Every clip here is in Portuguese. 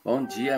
Bom dia.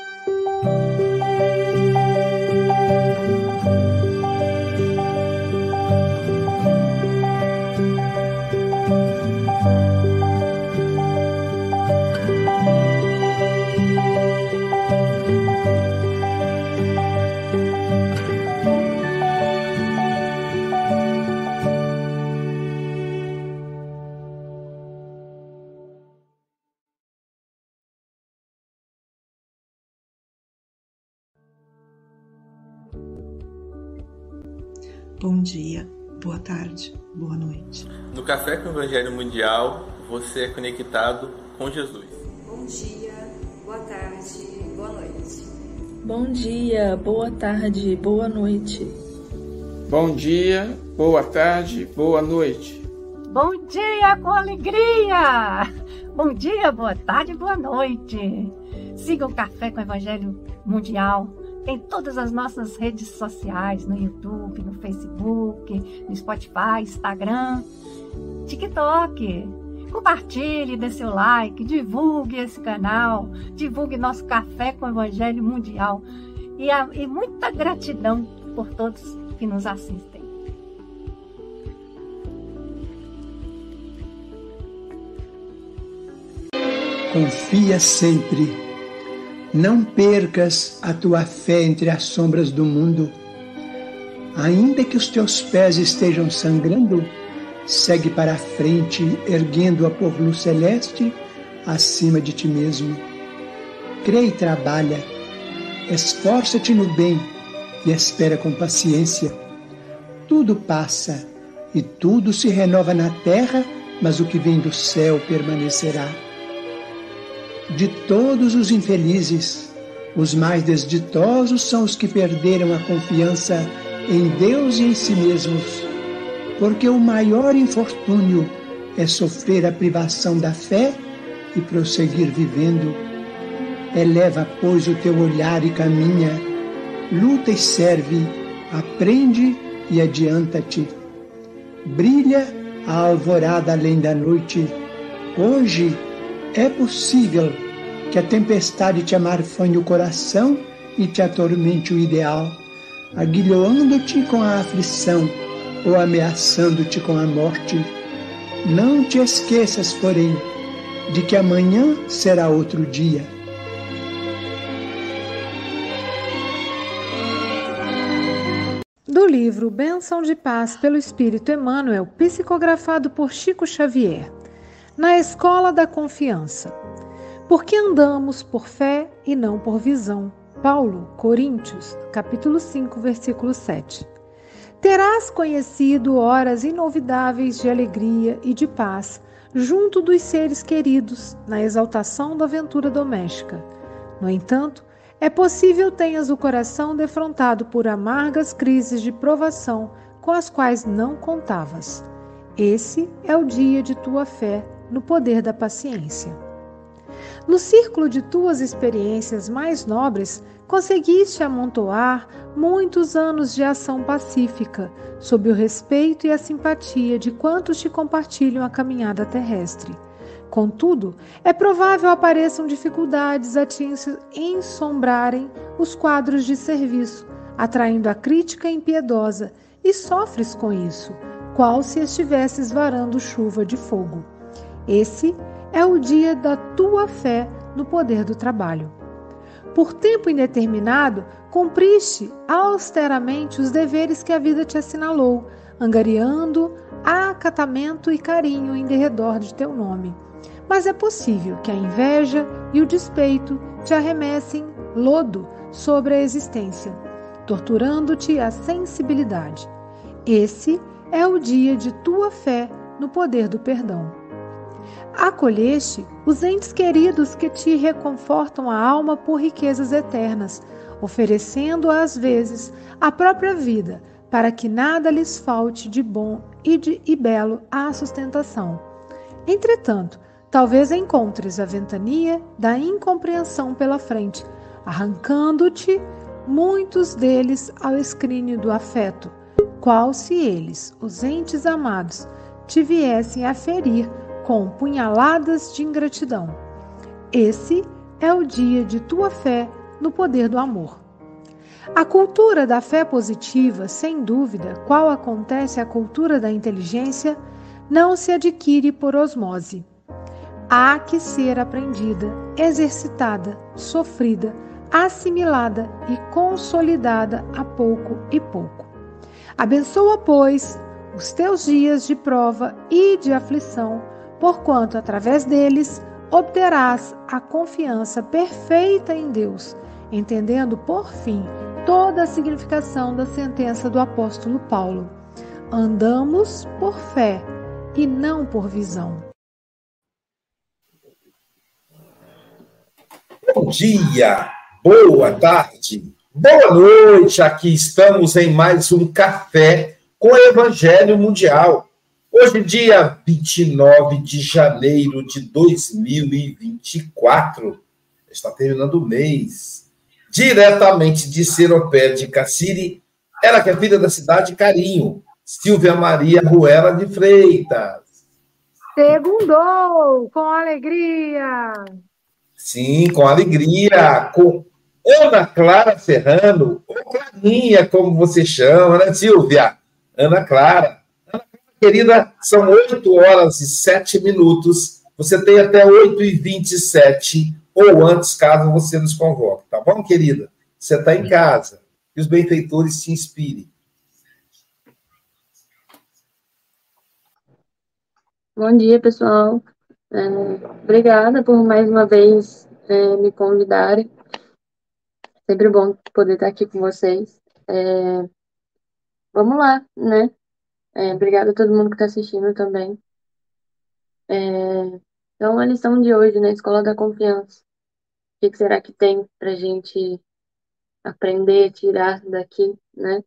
Bom dia, boa tarde, boa noite. No Café com o Evangelho Mundial, você é conectado com Jesus. Bom dia, boa tarde, boa noite. Bom dia, boa tarde, boa noite. Bom dia, boa tarde, boa noite. Bom dia com alegria! Bom dia, boa tarde, boa noite. Siga o Café com o Evangelho Mundial em todas as nossas redes sociais, no YouTube, no Facebook, no Spotify, Instagram, TikTok. Compartilhe, dê seu like, divulgue esse canal, divulgue nosso Café com o Evangelho Mundial. E muita gratidão por todos que nos assistem. Confia sempre. Não percas a tua fé entre as sombras do mundo. Ainda que os teus pés estejam sangrando, segue para a frente, erguendo-a por luz celeste acima de ti mesmo. Crê e trabalha. Esforça-te no bem e espera com paciência. Tudo passa e tudo se renova na terra, mas o que vem do céu permanecerá. De todos os infelizes, os mais desditosos são os que perderam a confiança em Deus e em si mesmos, porque o maior infortúnio é sofrer a privação da fé e prosseguir vivendo. Eleva, pois, o teu olhar e caminha, luta e serve, aprende e adianta-te. Brilha a alvorada além da noite. Hoje é possível que a tempestade te amarfanhe o coração e te atormente o ideal, aguilhoando-te com a aflição ou ameaçando-te com a morte. Não te esqueças, porém, de que amanhã será outro dia. Do livro Bênção de Paz pelo Espírito Emmanuel, psicografado por Chico Xavier. Na Escola da Confiança. Porque andamos por fé e não por visão. Paulo, Coríntios, capítulo 5, versículo 7. Terás conhecido horas inolvidáveis de alegria e de paz, junto dos seres queridos, na exaltação da aventura doméstica. No entanto, é possível tenhas o coração defrontado por amargas crises de provação com as quais não contavas. Esse é o dia de tua fé no poder da paciência. No círculo de tuas experiências mais nobres, conseguiste amontoar muitos anos de ação pacífica, sob o respeito e a simpatia de quantos te compartilham a caminhada terrestre. Contudo, é provável apareçam dificuldades a te ensombrarem os quadros de serviço, atraindo a crítica impiedosa, e sofres com isso, qual se estivesses varando chuva de fogo. Esse é o dia da tua fé no poder do trabalho. Por tempo indeterminado, cumpriste austeramente os deveres que a vida te assinalou, angariando acatamento e carinho em derredor de teu nome. Mas é possível que a inveja e o despeito te arremessem lodo sobre a existência, torturando-te a sensibilidade. Esse é o dia de tua fé no poder do perdão. Acolheste os entes queridos que te reconfortam a alma por riquezas eternas, oferecendo às vezes a própria vida, para que nada lhes falte de bom e belo à sustentação. Entretanto, talvez encontres a ventania da incompreensão pela frente, arrancando-te muitos deles ao escrínio do afeto, qual se eles, os entes amados, te viessem a ferir com punhaladas de ingratidão. Esse é o dia de tua fé no poder do amor. A cultura da fé positiva, sem dúvida, qual acontece a cultura da inteligência, não se adquire por osmose. Há que ser aprendida, exercitada, sofrida, assimilada e consolidada a pouco e pouco. Abençoa, pois, os teus dias de prova e de aflição, porquanto através deles obterás a confiança perfeita em Deus, entendendo por fim toda a significação da sentença do apóstolo Paulo. Andamos por fé e não por visão. Bom dia, boa tarde, boa noite. Aqui estamos em mais um Café com o Evangelho Mundial. Hoje, dia 29 de janeiro de 2024. Está terminando o mês. Diretamente de Seropé de Caciri, ela que é filha da cidade Carinho, Silvia Maria Ruela de Freitas. Segundou, com alegria! Sim, com alegria, com Ana Clara Serrano, ou Clarinha, como você chama, né, Silvia? Ana Clara. Ana Clara, querida, são 8h07. Você tem até 8h27, ou antes, caso você nos convoque, tá bom, querida? Você está em casa. Que os benfeitores te inspirem. Bom dia, pessoal. Obrigada por mais uma vez me convidarem. Sempre bom poder estar aqui com vocês. Vamos lá, né? Obrigada a todo mundo que está assistindo também. Então, a lição de hoje, na Escola da Confiança. O que será que tem para a gente aprender, tirar daqui, né?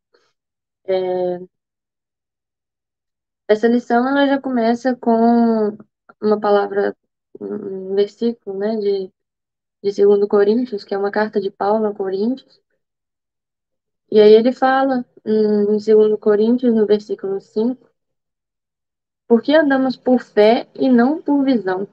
Essa lição, ela já começa com uma palavra, um versículo, né, de 2 Coríntios, que é uma carta de Paulo a Coríntios. E aí ele fala, em 2 Coríntios, no versículo 5, porque andamos por fé e não por visão.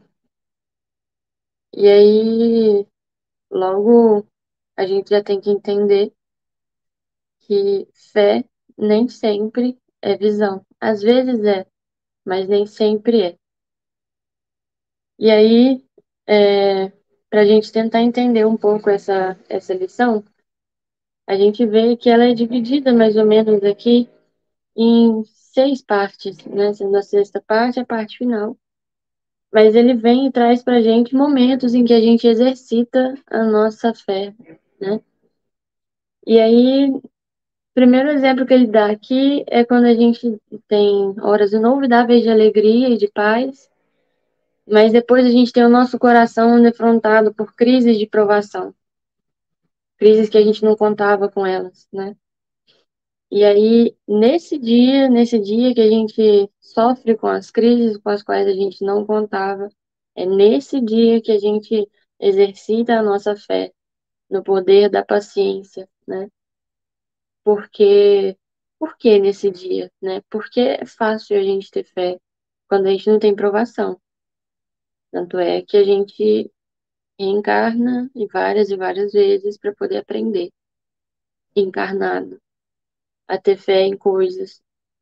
E aí, logo, a gente já tem que entender que fé nem sempre é visão. Às vezes é, mas nem sempre é. E aí, para a gente tentar entender um pouco essa lição, a gente vê que ela é dividida mais ou menos aqui em 6 partes, né? Sendo a 6ª parte a parte final. Mas ele vem e traz para a gente momentos em que a gente exercita a nossa fé, né? E aí, o primeiro exemplo que ele dá aqui é quando a gente tem horas inolvidáveis de alegria e de paz, mas depois a gente tem o nosso coração defrontado por crises de provação. Crises que a gente não contava com elas, né? E aí, nesse dia que a gente sofre com as crises com as quais a gente não contava, é nesse dia que a gente exercita a nossa fé no poder da paciência, né? Por que nesse dia, né? Porque é fácil a gente ter fé quando a gente não tem provação. Tanto é que a gente reencarna e várias vezes para poder aprender, encarnado, a ter fé em coisas.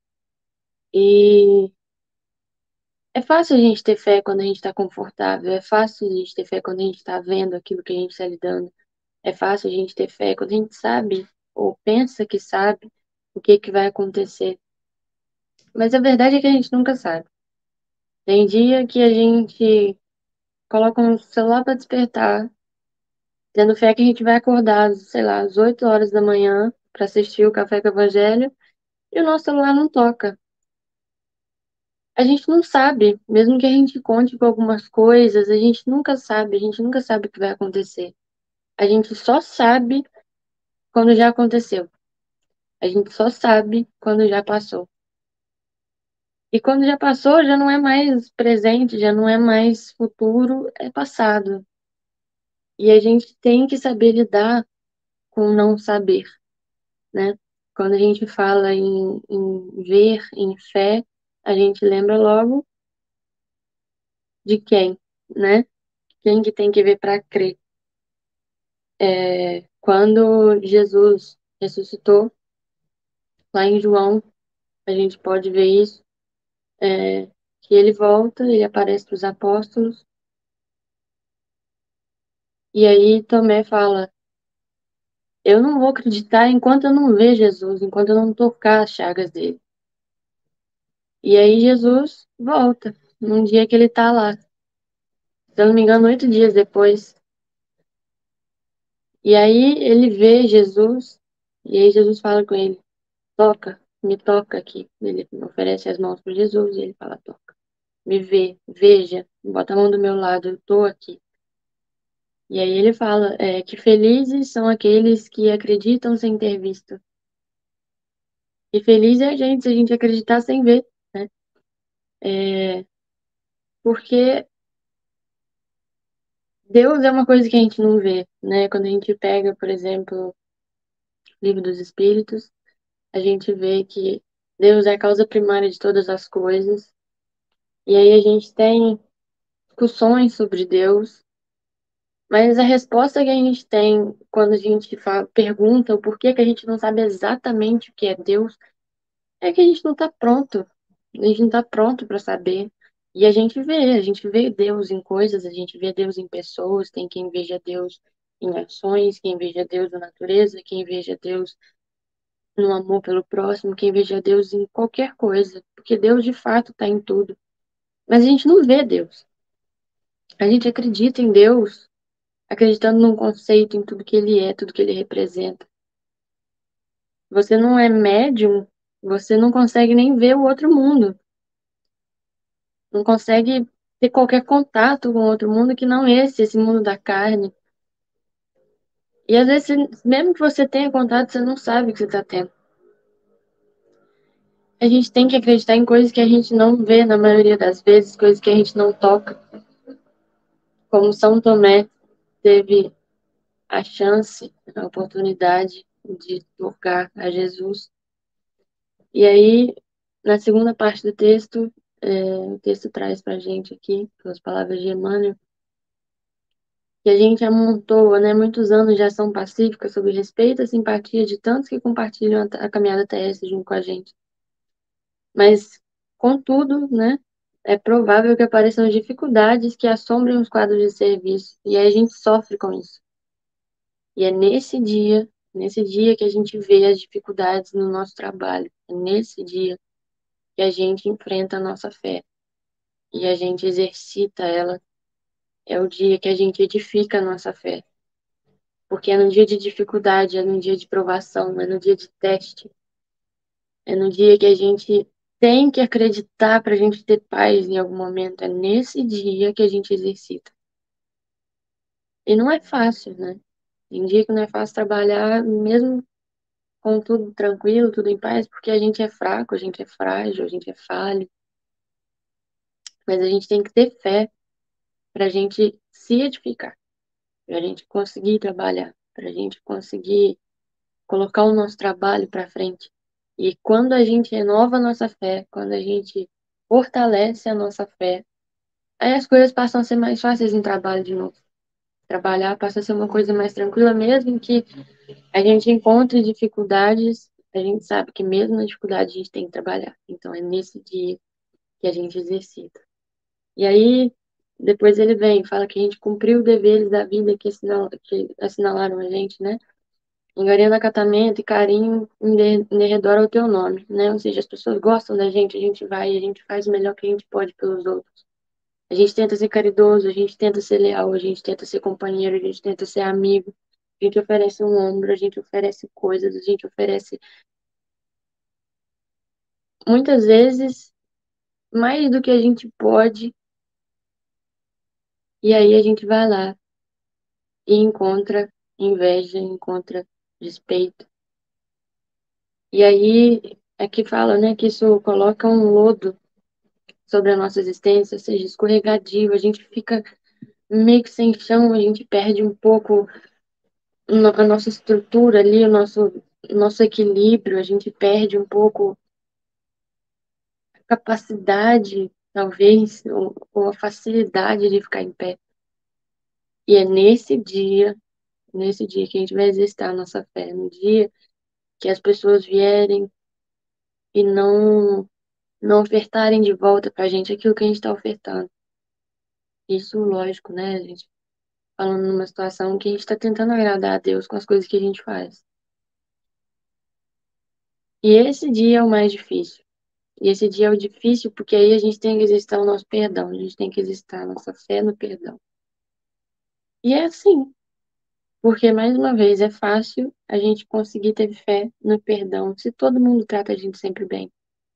E é fácil a gente ter fé quando a gente está confortável, é fácil a gente ter fé quando a gente está vendo aquilo que a gente está lidando, é fácil a gente ter fé quando a gente sabe ou pensa que sabe o que vai acontecer. Mas a verdade é que a gente nunca sabe. Tem dia que a gente coloca um celular para despertar, tendo fé que a gente vai acordar, sei lá, às 8 horas da manhã para assistir o Café com o Evangelho e o nosso celular não toca. A gente não sabe, mesmo que a gente conte com algumas coisas, a gente nunca sabe o que vai acontecer. A gente só sabe quando já aconteceu. A gente só sabe quando já passou. E quando já passou, já não é mais presente, já não é mais futuro, é passado. E a gente tem que saber lidar com não saber, né? Quando a gente fala em ver, em fé, a gente lembra logo de quem, né? Quem que tem que ver para crer? Quando Jesus ressuscitou, lá em João, a gente pode ver isso, que ele volta, ele aparece para os apóstolos, e aí Tomé fala: eu não vou acreditar enquanto eu não ver Jesus, enquanto eu não tocar as chagas dele. E aí Jesus volta, num dia que ele tá lá. Se eu não me engano, 8 dias depois. E aí ele vê Jesus, e aí Jesus fala com ele: toca, me toca aqui. Ele oferece as mãos para Jesus e ele fala: toca. Me vê, veja, bota a mão do meu lado, eu tô aqui. E aí ele fala que felizes são aqueles que acreditam sem ter visto. E feliz é a gente se a gente acreditar sem ver, né? Porque Deus é uma coisa que a gente não vê, né? Quando a gente pega, por exemplo, o Livro dos Espíritos, a gente vê que Deus é a causa primária de todas as coisas. E aí a gente tem discussões sobre Deus, mas a resposta que a gente tem quando a gente pergunta o porquê que a gente não sabe exatamente o que é Deus, é que a gente não está pronto. A gente não está pronto para saber. E a gente vê Deus em coisas, a gente vê Deus em pessoas, tem quem veja Deus em ações, quem veja Deus na natureza, quem veja Deus no amor pelo próximo, quem veja Deus em qualquer coisa, porque Deus de fato está em tudo. Mas a gente não vê Deus. A gente acredita em Deus, acreditando num conceito, em tudo que ele é, tudo que ele representa. Você não é médium, você não consegue nem ver o outro mundo. Não consegue ter qualquer contato com outro mundo que não esse mundo da carne. E às vezes, mesmo que você tenha contato, você não sabe o que você está tendo. A gente tem que acreditar em coisas que a gente não vê na maioria das vezes, coisas que a gente não toca. Como São Tomé teve a chance, a oportunidade de tocar a Jesus. E aí, na segunda parte do texto, o texto traz para a gente aqui, pelas palavras de Emmanuel, que a gente amontoa, né, muitos anos de ação pacífica sob respeito e simpatia de tantos que compartilham a caminhada terrestre junto com a gente. Mas, contudo, né, é provável que apareçam dificuldades que assombrem os quadros de serviço, e aí a gente sofre com isso. E é nesse dia que a gente vê as dificuldades no nosso trabalho, é nesse dia que a gente enfrenta a nossa fé e a gente exercita ela, é o dia que a gente edifica a nossa fé. Porque é no dia de dificuldade, é no dia de provação, é no dia de teste, é no dia que a gente tem que acreditar para a gente ter paz em algum momento, é nesse dia que a gente exercita. E não é fácil, né? Tem dia que não é fácil trabalhar, mesmo com tudo tranquilo, tudo em paz, porque a gente é fraco, a gente é frágil, a gente é falho. Mas a gente tem que ter fé para a gente se edificar, para a gente conseguir trabalhar, para a gente conseguir colocar o nosso trabalho para frente. E quando a gente renova a nossa fé, quando a gente fortalece a nossa fé, aí as coisas passam a ser mais fáceis em trabalho de novo. Trabalhar passa a ser uma coisa mais tranquila, mesmo que a gente encontre dificuldades, a gente sabe que mesmo na dificuldade a gente tem que trabalhar. Então é nesse dia que a gente exercita. E aí, depois ele vem, fala que a gente cumpriu os deveres da vida que assinalaram a gente, né? Angariando acatamento e carinho em derredor ao teu nome, né? Ou seja, as pessoas gostam da gente, a gente vai e a gente faz o melhor que a gente pode pelos outros. A gente tenta ser caridoso, a gente tenta ser leal, a gente tenta ser companheiro, a gente tenta ser amigo, a gente oferece um ombro, a gente oferece coisas, a gente oferece muitas vezes mais do que a gente pode, e aí a gente vai lá e encontra inveja, encontra despeito. E aí é que fala, né, que isso coloca um lodo sobre a nossa existência, seja escorregadio, a gente fica meio que sem chão, a gente perde um pouco a nossa estrutura ali, o nosso equilíbrio, a gente perde um pouco a capacidade, talvez, ou a facilidade de ficar em pé. E é nesse dia nesse dia que a gente vai exercitar a nossa fé, no dia que as pessoas vierem e não ofertarem de volta pra gente aquilo que a gente está ofertando. Isso, lógico, né, a gente falando numa situação que a gente está tentando agradar a Deus com as coisas que a gente faz. E esse dia é o mais difícil. E esse dia é o difícil porque aí a gente tem que exercitar o nosso perdão, a gente tem que exercitar a nossa fé no perdão. E é assim, porque mais uma vez é fácil a gente conseguir ter fé no perdão se todo mundo trata a gente sempre bem.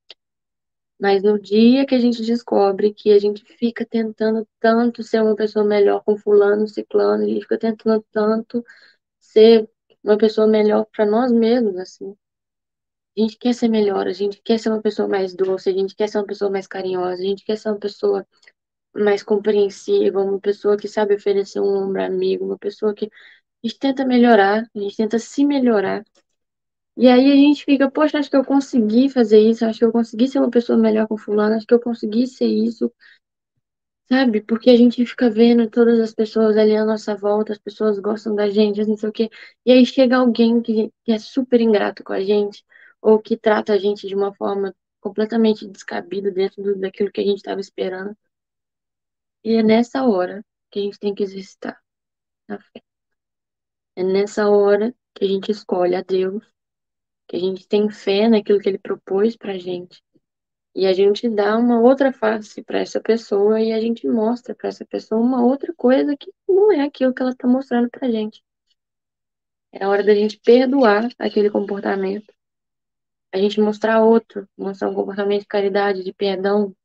Mas no dia que a gente descobre que a gente fica tentando tanto ser uma pessoa melhor com fulano, ciclano, a gente fica tentando tanto ser uma pessoa melhor para nós mesmos, assim. A gente quer ser melhor, a gente quer ser uma pessoa mais doce, a gente quer ser uma pessoa mais carinhosa, a gente quer ser uma pessoa mais compreensiva, uma pessoa que sabe oferecer um ombro amigo, uma pessoa que a gente tenta melhorar, a gente tenta se melhorar. E aí a gente fica, poxa, acho que eu consegui fazer isso, acho que eu consegui ser uma pessoa melhor com fulano, acho que eu consegui ser isso, sabe? Porque a gente fica vendo todas as pessoas ali à nossa volta, as pessoas gostam da gente, não sei o quê. E aí chega alguém que é super ingrato com a gente, ou que trata a gente de uma forma completamente descabida dentro daquilo que a gente estava esperando. E é nessa hora que a gente tem que exercitar a fé. É nessa hora que a gente escolhe a Deus, que a gente tem fé naquilo que Ele propôs pra gente. E a gente dá uma outra face para essa pessoa e a gente mostra para essa pessoa uma outra coisa que não é aquilo que ela está mostrando pra gente. É a hora da gente perdoar aquele comportamento, a gente mostrar outro, mostrar um comportamento de caridade, de perdão,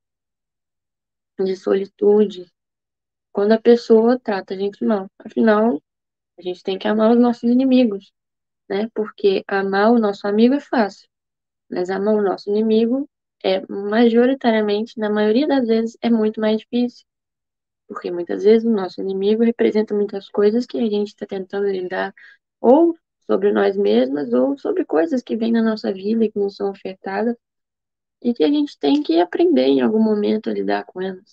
de solitude, quando a pessoa trata a gente mal. Afinal, a gente tem que amar os nossos inimigos, né? Porque amar o nosso amigo é fácil, mas amar o nosso inimigo é majoritariamente, na maioria das vezes, é muito mais difícil. Porque muitas vezes o nosso inimigo representa muitas coisas que a gente está tentando lidar, ou sobre nós mesmas, ou sobre coisas que vêm na nossa vida e que nos são ofertadas, e que a gente tem que aprender em algum momento a lidar com elas.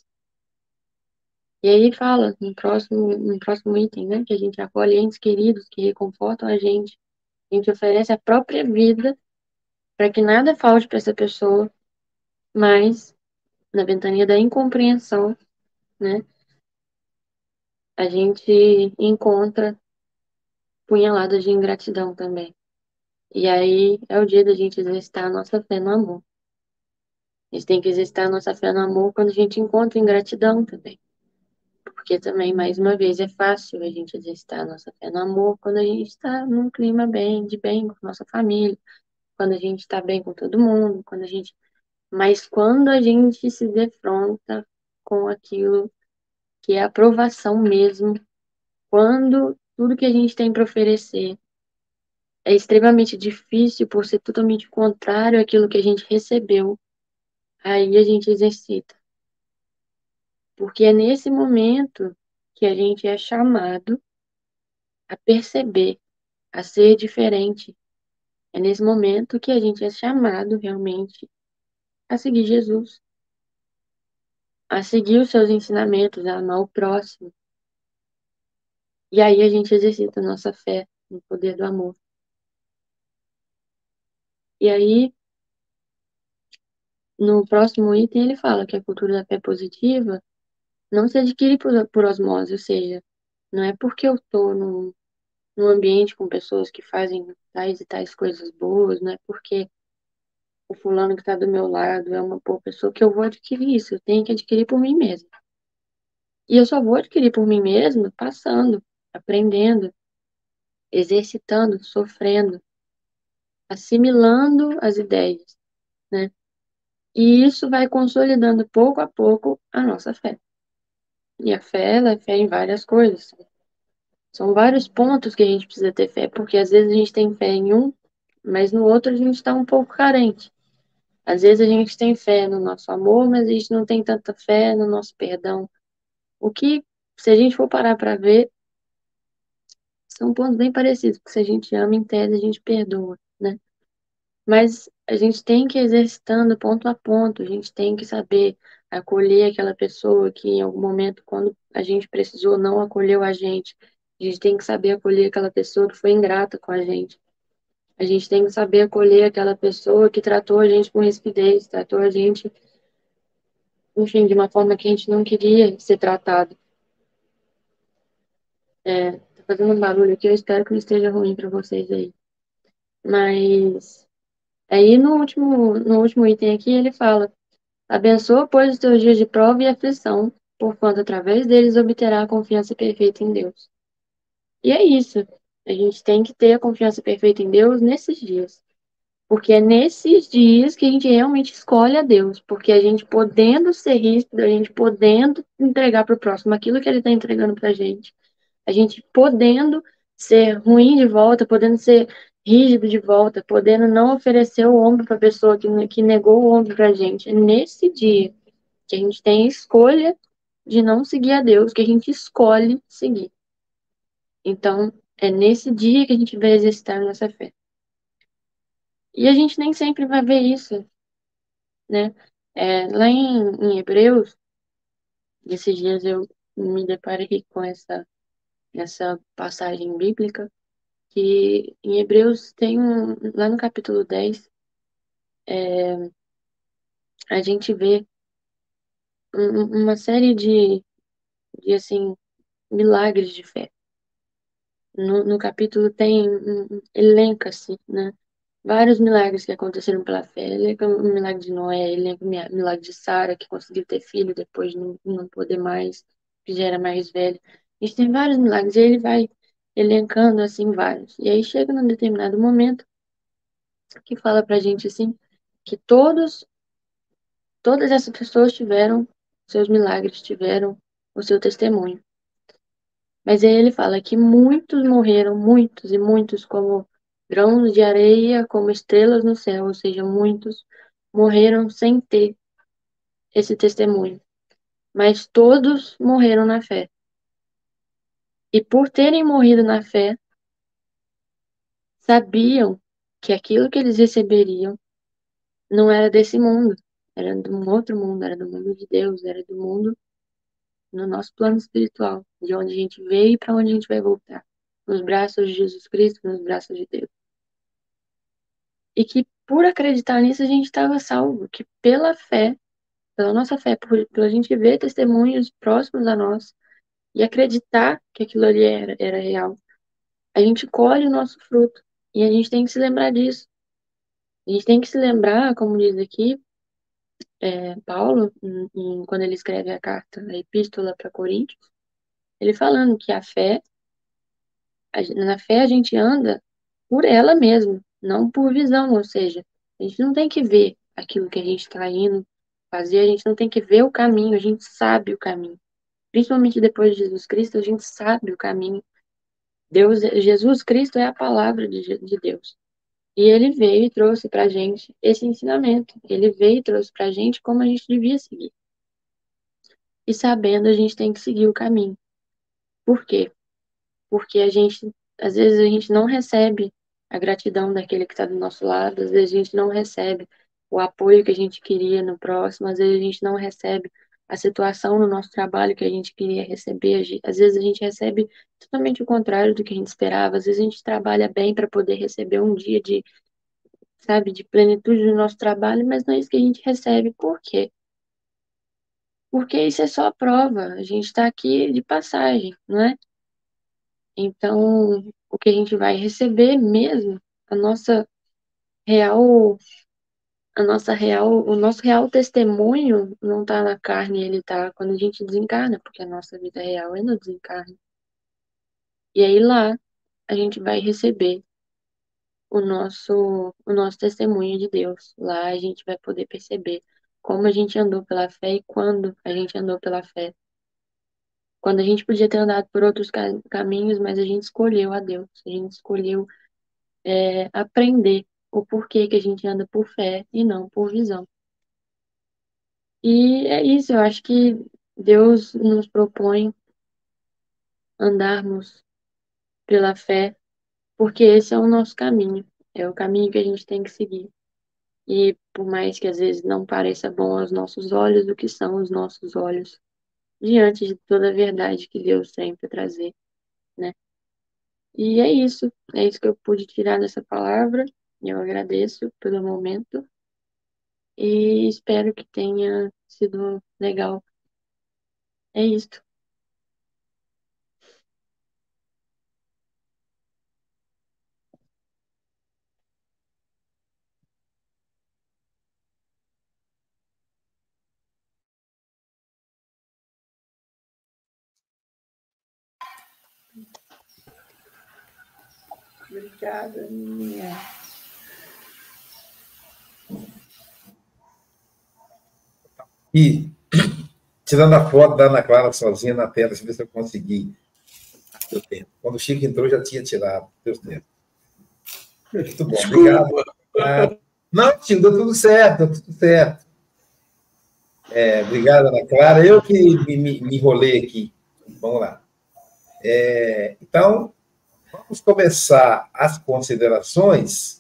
E aí fala no próximo item, né, que a gente acolhe entes queridos que reconfortam a gente oferece a própria vida para que nada falte para essa pessoa, mas na ventania da incompreensão, né, a gente encontra punhaladas de ingratidão também. E aí é o dia da gente exercitar a nossa fé no amor. A gente tem que exercitar a nossa fé no amor quando a gente encontra ingratidão também. Porque também, mais uma vez, é fácil a gente exercitar a nossa fé no amor quando a gente está num clima de bem com a nossa família, quando a gente está bem com todo mundo, mas quando a gente se defronta com aquilo que é aprovação mesmo, quando tudo que a gente tem para oferecer é extremamente difícil por ser totalmente contrário àquilo que a gente recebeu, aí a gente exercita. Porque é nesse momento que a gente é chamado a perceber, a ser diferente. É nesse momento que a gente é chamado realmente a seguir Jesus, a seguir os seus ensinamentos, a amar o próximo. E aí a gente exercita a nossa fé no poder do amor. E aí, no próximo item, ele fala que a cultura da fé positiva não se adquire por osmose, ou seja, não é porque eu estou num ambiente com pessoas que fazem tais e tais coisas boas, não é porque o fulano que está do meu lado é uma boa pessoa que eu vou adquirir isso, eu tenho que adquirir por mim mesma. E eu só vou adquirir por mim mesma passando, aprendendo, exercitando, sofrendo, assimilando as ideias, né? E isso vai consolidando pouco a pouco a nossa fé. E a fé, ela é fé em várias coisas. São vários pontos que a gente precisa ter fé, porque às vezes a gente tem fé em um, mas no outro a gente está um pouco carente. Às vezes a gente tem fé no nosso amor, mas a gente não tem tanta fé no nosso perdão. O que, se a gente for parar para ver, são pontos bem parecidos, porque se a gente ama, em tese, a gente perdoa, né? Mas a gente tem que ir exercitando ponto a ponto, a gente tem que saber acolher aquela pessoa que em algum momento, quando a gente precisou, não acolheu a gente. A gente tem que saber acolher aquela pessoa que foi ingrata com a gente. A gente tem que saber acolher aquela pessoa que tratou a gente com rispidez, tratou a gente, enfim, de uma forma que a gente não queria ser tratado. Tá fazendo um barulho aqui, eu espero que não esteja ruim para vocês aí. Mas aí no último item aqui ele fala: abençoa, pois, os teus dias de prova e aflição, porquanto através deles obterá a confiança perfeita em Deus. E é isso. A gente tem que ter a confiança perfeita em Deus nesses dias. Porque é nesses dias que a gente realmente escolhe a Deus. Porque a gente podendo ser ríspido, a gente podendo entregar para o próximo aquilo que ele está entregando para a gente podendo ser ruim de volta, podendo ser rígido de volta, podendo não oferecer o ombro para a pessoa que negou o ombro para a gente. É nesse dia que a gente tem a escolha de não seguir a Deus, que a gente escolhe seguir. Então, é nesse dia que a gente vai exercitar nossa fé. E a gente nem sempre vai ver isso, né? Lá em Hebreus, esses dias eu me deparei com essa passagem bíblica, que em Hebreus tem lá no capítulo 10, a gente vê uma série de assim, milagres de fé. No capítulo tem, elenca-se, né? Vários milagres que aconteceram pela fé. Ele lembra o milagre de Noé, ele lembra o milagre de Sara, que conseguiu ter filho depois de não poder mais, que já era mais velho. A gente tem vários milagres, e ele vai elencando, assim, vários. E aí chega num determinado momento que fala pra gente, assim, que todas essas pessoas tiveram seus milagres, tiveram o seu testemunho. Mas aí ele fala que muitos morreram, muitos e muitos, como grãos de areia, como estrelas no céu, ou seja, muitos morreram sem ter esse testemunho. Mas todos morreram na fé. E por terem morrido na fé, sabiam que aquilo que eles receberiam não era desse mundo, era de um outro mundo, era do mundo de Deus, era do mundo no nosso plano espiritual, de onde a gente veio e para onde a gente vai voltar. Nos braços de Jesus Cristo, nos braços de Deus. E que por acreditar nisso a gente estava salvo, que pela fé, pela nossa fé, pela gente ver testemunhos próximos a nós e acreditar que aquilo ali era real, a gente colhe o nosso fruto. E a gente tem que se lembrar disso. A gente tem que se lembrar, como diz aqui, Paulo, quando ele escreve a carta, a epístola para Coríntios, ele falando que na fé a gente anda por ela mesma, não por visão, ou seja, a gente não tem que ver aquilo que a gente está indo fazer, a gente não tem que ver o caminho, a gente sabe o caminho. Principalmente depois de Jesus Cristo, a gente sabe o caminho. Jesus Cristo é a palavra de Deus. E ele veio e trouxe para a gente esse ensinamento. Ele veio e trouxe para a gente como a gente devia seguir. E sabendo, a gente tem que seguir o caminho. Por quê? Porque às vezes a gente não recebe a gratidão daquele que está do nosso lado, às vezes a gente não recebe o apoio que a gente queria no próximo, às vezes a gente não recebe a situação no nosso trabalho que a gente queria receber, às vezes a gente recebe totalmente o contrário do que a gente esperava, às vezes a gente trabalha bem para poder receber um dia de, sabe, de plenitude no nosso trabalho, mas não é isso que a gente recebe. Por quê? Porque isso é só a prova, a gente está aqui de passagem, não é? Então, o que a gente vai receber mesmo, a nossa real, o nosso real testemunho não está na carne, ele está quando a gente desencarna, porque a nossa vida real é no desencarne. E aí lá a gente vai receber o nosso testemunho de Deus. Lá a gente vai poder perceber como a gente andou pela fé e quando a gente andou pela fé. Quando a gente podia ter andado por outros caminhos, mas a gente escolheu a Deus, a gente escolheu aprender o porquê que a gente anda por fé e não por visão. E é isso, eu acho que Deus nos propõe andarmos pela fé, porque esse é o nosso caminho, é o caminho que a gente tem que seguir. E por mais que às vezes não pareça bom aos nossos olhos, o que são os nossos olhos, diante de toda a verdade que Deus tem para trazer, né? E é isso que eu pude tirar dessa palavra. Eu agradeço pelo momento e espero que tenha sido legal. É isso. Obrigada, minha. E tirando a foto da Ana Clara sozinha na tela, deixa eu ver se eu consegui. Deu tempo. Quando o Chico entrou, já tinha tirado. Deu tempo. Muito bom, obrigado. Não, Chico, deu tudo certo, deu tudo certo. Obrigado, Ana Clara. Eu que me enrolei aqui. Vamos lá. Então, vamos começar as considerações.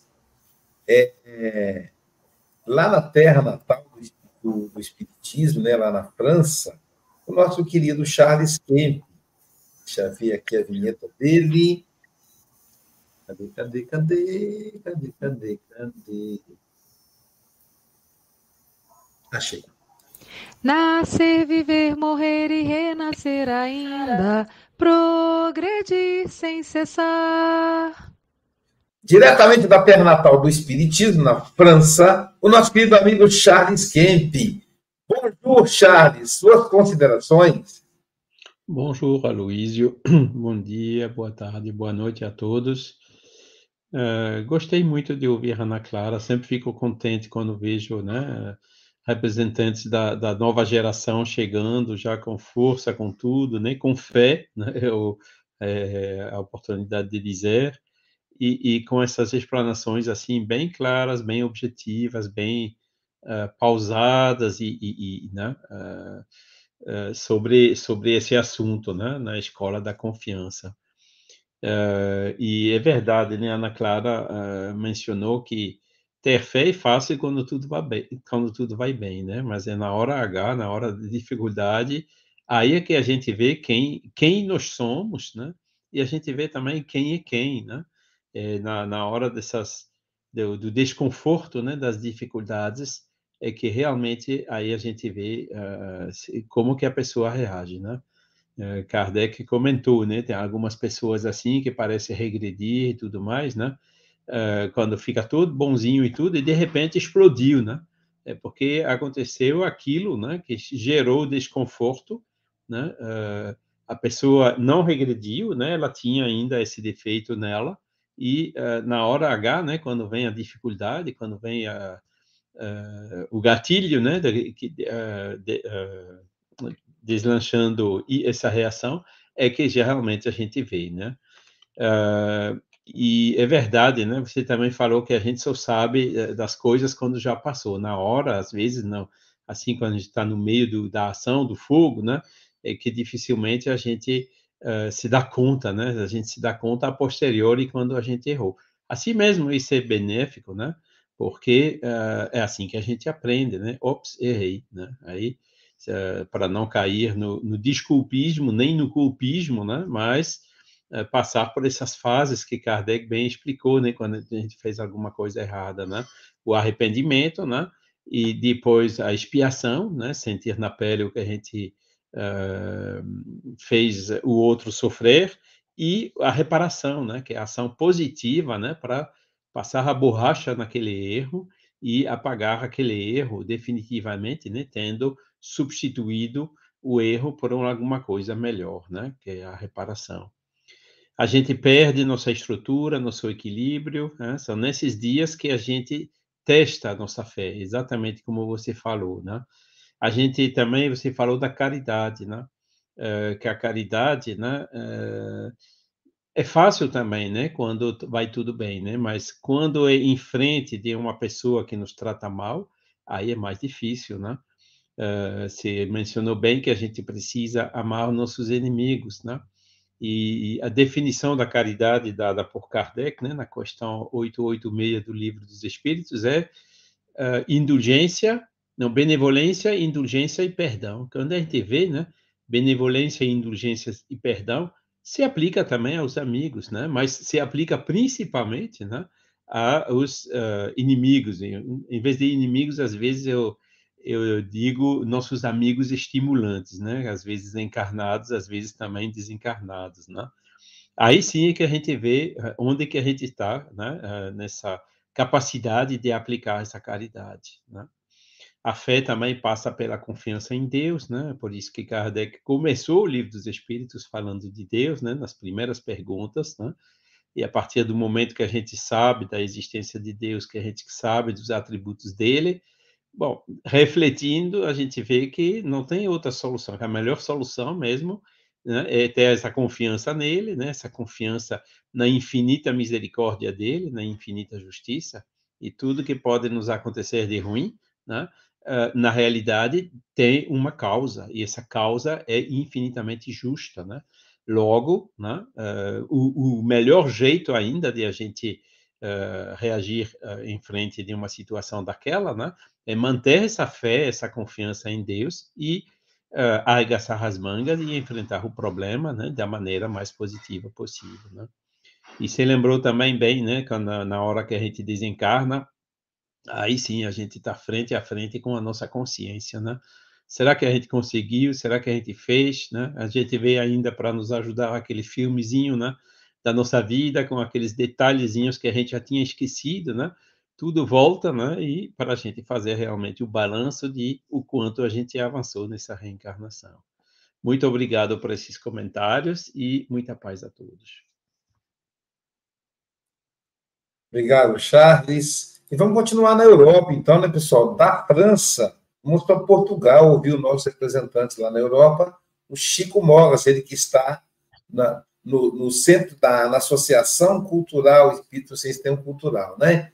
Lá na terra natal do Espiritismo, né, lá na França, o nosso querido Charles Kemp. Deixa eu ver aqui a vinheta dele. Cadê? Achei. Nascer, viver, morrer e renascer ainda, progredir sem cessar. Diretamente da terra natal do Espiritismo, na França, o nosso querido amigo Charles Kemp. Bonjour, Charles. Suas considerações? Bonjour, Aloísio. Bom dia, boa tarde, boa noite a todos. Gostei muito de ouvir a Ana Clara. Sempre fico contente quando vejo, né, representantes da nova geração chegando já com força, com tudo, né, com fé, né, a oportunidade de dizer. E com essas explanações assim bem claras, bem objetivas, bem pausadas né, sobre esse assunto, né, na escola da confiança. E é verdade, né? A Ana Clara mencionou que ter fé é fácil quando tudo vai bem, né? Mas é na hora H, na hora de dificuldade, aí é que a gente vê quem nós somos, né? E a gente vê também quem é quem, né? Na hora do desconforto, né? Das dificuldades, é que realmente aí a gente vê como que a pessoa reage, né? Kardec comentou, né? Tem algumas pessoas assim que parecem regredir e tudo mais, né? Quando fica todo bonzinho e tudo, e de repente explodiu, né? É porque aconteceu aquilo, né? Que gerou desconforto, né? A pessoa não regrediu, né? Ela tinha ainda esse defeito nela, e na hora H, né? Quando vem a dificuldade, quando vem o gatilho, né? Deslanchando essa reação, é que geralmente a gente vê, né? E é verdade, né? Você também falou que a gente só sabe das coisas quando já passou. Na hora, às vezes, não. Assim, quando a gente está no meio da ação, do fogo, né? É que dificilmente a gente se dá conta, né? A gente se dá conta a posteriori quando a gente errou. Assim mesmo, isso é benéfico, né? Porque é assim que a gente aprende, né? Ops, errei, né? Aí, para não cair no desculpismo, nem no culpismo, né? Mas passar por essas fases que Kardec bem explicou, né? Quando a gente fez alguma coisa errada, né? O arrependimento, né? E depois a expiação, né? Sentir na pele o que a gente fez o outro sofrer, e a reparação, né? Que é a ação positiva, né? Para passar a borracha naquele erro e apagar aquele erro definitivamente, né? Tendo substituído o erro por alguma coisa melhor, né? Que é a reparação. A gente perde nossa estrutura, nosso equilíbrio, né? São nesses dias que a gente testa a nossa fé, exatamente como você falou, né? A gente também, você falou da caridade, né? Que a caridade, né? É fácil também, né? Quando vai tudo bem, né? Mas quando é em frente de uma pessoa que nos trata mal, aí é mais difícil, né? Você mencionou bem que a gente precisa amar os nossos inimigos, né? E a definição da caridade dada por Kardec, né, na questão 886 do Livro dos Espíritos, é indulgência, não, benevolência, indulgência e perdão. Quando a gente vê, né, benevolência, indulgência e perdão se aplica também aos amigos, né? Mas se aplica principalmente, né, aos inimigos. Em vez de inimigos, às vezes eu digo nossos amigos estimulantes, né? Às vezes encarnados, às vezes também desencarnados, né? Aí sim é que a gente vê onde que a gente está, né? Nessa capacidade de aplicar essa caridade, né? A fé também passa pela confiança em Deus, né? Por isso que Kardec começou o Livro dos Espíritos falando de Deus, né? Nas primeiras perguntas, né? E a partir do momento que a gente sabe da existência de Deus, que a gente sabe dos atributos dele, bom, refletindo, a gente vê que não tem outra solução, que a melhor solução mesmo, né, é ter essa confiança nele, né? Essa confiança na infinita misericórdia dele, na infinita justiça, e tudo que pode nos acontecer de ruim, né? Na realidade, tem uma causa, e essa causa é infinitamente justa, né? Logo, né, o melhor jeito ainda de a gente reagir em frente de uma situação daquela, né, é manter essa fé, essa confiança em Deus e arregaçar as mangas e enfrentar o problema, né, da maneira mais positiva possível, né? E você lembrou também bem, né, quando, na hora que a gente desencarna, aí sim a gente está frente a frente com a nossa consciência, né? Será que a gente conseguiu? Será que a gente fez, né? A gente veio ainda para nos ajudar aquele filmezinho, né, da nossa vida, com aqueles detalhezinhos que a gente já tinha esquecido, né? Tudo volta, né? E para a gente fazer realmente o balanço de o quanto a gente avançou nessa reencarnação. Muito obrigado por esses comentários e muita paz a todos. Obrigado, Charles. E vamos continuar na Europa, então, né, pessoal? Da França, vamos para Portugal, ouvir o nosso representante lá na Europa, o Chico Mogas, ele que está no centro na Associação Cultural Espírito Sistema Cultural, né?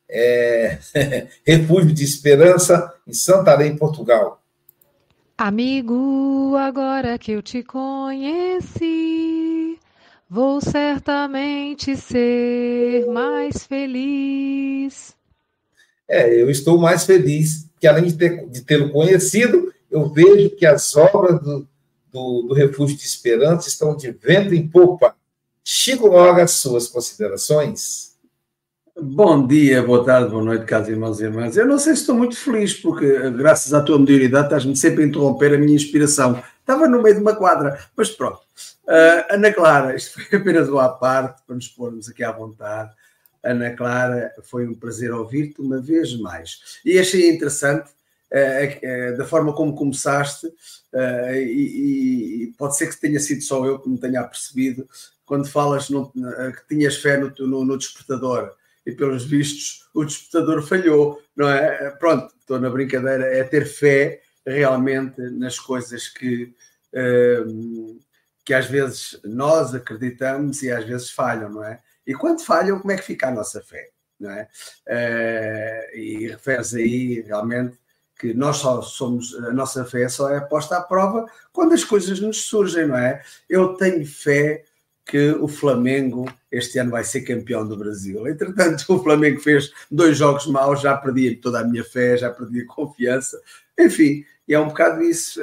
Refúgio de Esperança, em Santarém, Portugal. Amigo, agora que eu te conheci, vou certamente ser mais feliz. Eu estou mais feliz, que além de tê-lo conhecido, eu vejo que as obras do Refúgio de Esperança estão de vento em popa. Chico Mogas, suas considerações? Bom dia, boa tarde, boa noite, caros irmãos e irmãs. Eu não sei se estou muito feliz, porque graças à tua mediunidade estás-me sempre a interromper a minha inspiração. Estava no meio de uma quadra, mas pronto. Ana Clara, isto foi apenas uma à parte, para nos pormos aqui à vontade. Ana Clara, foi um prazer ouvir-te uma vez mais. E achei interessante da forma como começaste, e pode ser que tenha sido só eu que me tenha apercebido, quando falas que tinhas fé no despertador. E pelos vistos o despertador falhou, não é? Pronto, estou na brincadeira, é ter fé realmente nas coisas que às vezes nós acreditamos e às vezes falham, não é? E quando falham, como é que fica a nossa fé, não é? E refere-se aí realmente que nós só somos, a nossa fé só é posta à prova quando as coisas nos surgem, não é? Eu tenho fé que o Flamengo este ano vai ser campeão do Brasil. Entretanto, o Flamengo fez 2 jogos maus, já perdi toda a minha fé, já perdi a confiança. Enfim, e é um bocado isso.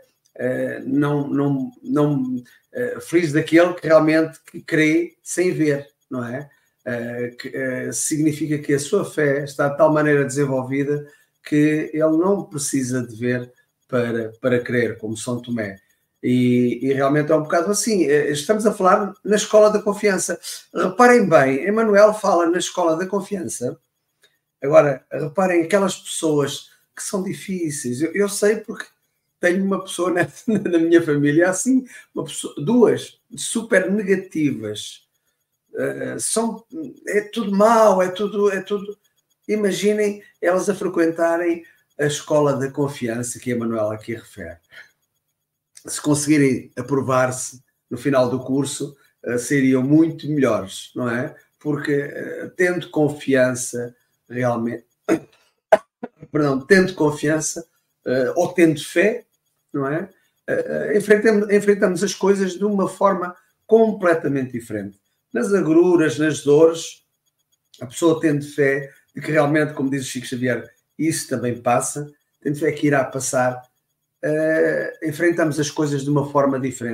Feliz daquele que realmente crê sem ver, não é? Significa que a sua fé está de tal maneira desenvolvida que ele não precisa de ver para crer, como São Tomé. E realmente é um bocado assim. Estamos a falar na escola da confiança. Reparem bem, Emmanuel fala na escola da confiança. Agora, reparem aquelas pessoas que são difíceis. Eu sei porque tenho uma pessoa na minha família assim, duas super negativas. É tudo mau, é tudo. Imaginem elas a frequentarem a escola da confiança que Emmanuel aqui refere. Se conseguirem aprovar-se no final do curso, seriam muito melhores, não é? Porque tendo confiança realmente, tendo confiança ou tendo fé, não é? Enfrentamos as coisas de uma forma completamente diferente. Nas agruras, nas dores, a pessoa tendo fé de que realmente, como diz o Chico Xavier, isso também passa, tendo fé que irá passar. Enfrentamos as coisas de uma forma diferente,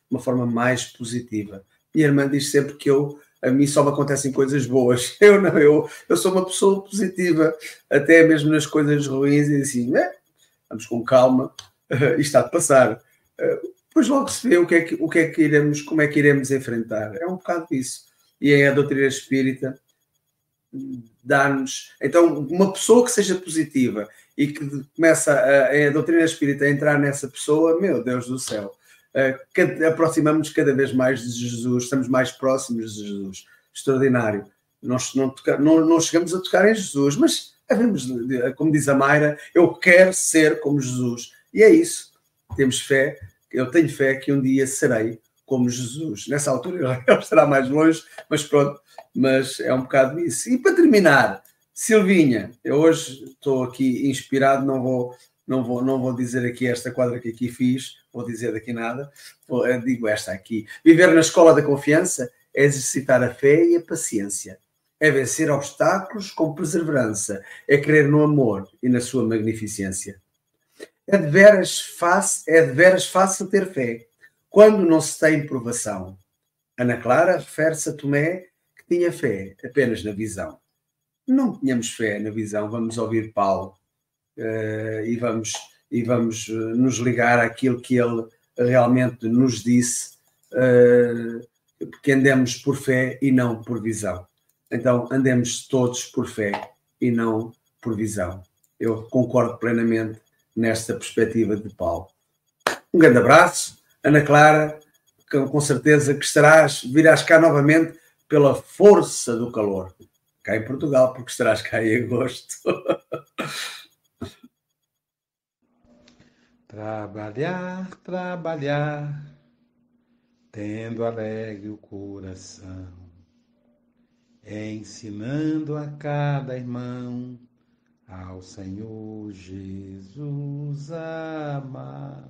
de uma forma mais positiva. Minha irmã diz sempre que a mim só me acontecem coisas boas. Eu sou uma pessoa positiva, até mesmo nas coisas ruins, e assim, vamos com calma, isto está de passar. Depois logo se vê como é que iremos enfrentar. É um bocado isso. E a doutrina espírita dá-nos... Então, uma pessoa que seja positiva e que começa a doutrina espírita a entrar nessa pessoa, meu Deus do céu, aproximamos-nos cada vez mais de Jesus, estamos mais próximos de Jesus. Extraordinário. Nós não chegamos a tocar em Jesus, mas como diz a Mayra, eu quero ser como Jesus. E é isso. Temos fé. Eu tenho fé que um dia serei como Jesus. Nessa altura ele estará mais longe, mas pronto. Mas é um bocado isso. E para terminar, Silvinha, eu hoje estou aqui inspirado, não vou dizer aqui esta quadra que aqui fiz, vou dizer daqui nada, digo esta aqui. Viver na escola da confiança é exercitar a fé e a paciência, é vencer obstáculos com perseverança, é crer no amor e na sua magnificência. É de veras fácil ter fé, quando não se tem provação. Ana Clara refere-se a Tomé, que tinha fé apenas na visão. Não tínhamos fé na visão, vamos ouvir Paulo e vamos nos ligar àquilo que ele realmente nos disse, porque andemos por fé e não por visão. Então, andemos todos por fé e não por visão. Eu concordo plenamente nesta perspectiva de Paulo. Um grande abraço, Ana Clara, com certeza que virás cá novamente pela força do calor. Cá em Portugal, porque estarás cá em agosto. Trabalhar, tendo alegre o coração, ensinando a cada irmão ao Senhor Jesus amar.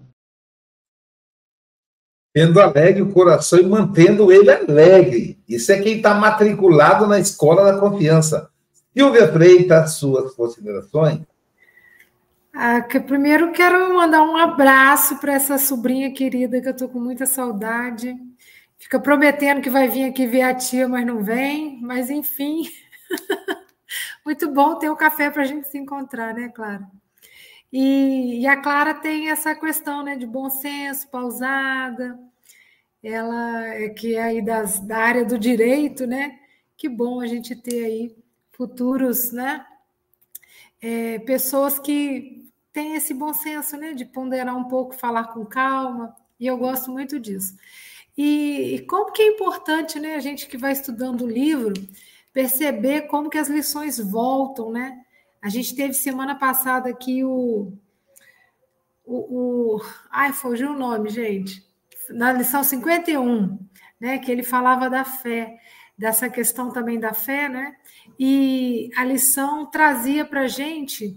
Tendo alegre o coração e mantendo ele alegre. Isso é quem está matriculado na escola da confiança. Silvia Freitas, suas considerações? Primeiro quero mandar um abraço para essa sobrinha querida que eu estou com muita saudade. Fica prometendo que vai vir aqui ver a tia, mas não vem. Mas, enfim, muito bom ter um café para a gente se encontrar, né, Clara? E a Clara tem essa questão, né, de bom senso, pausada. Ela que é aí da área do direito, né? Que bom a gente ter aí futuros, né? Pessoas que têm esse bom senso, né? De ponderar um pouco, falar com calma. E eu gosto muito disso. E como que é importante, né? A gente que vai estudando o livro, perceber como que as lições voltam, né? A gente teve semana passada aqui ai, fugiu o nome, gente. Na lição 51, né? Que ele falava da fé, dessa questão também da fé, né? E a lição trazia para a gente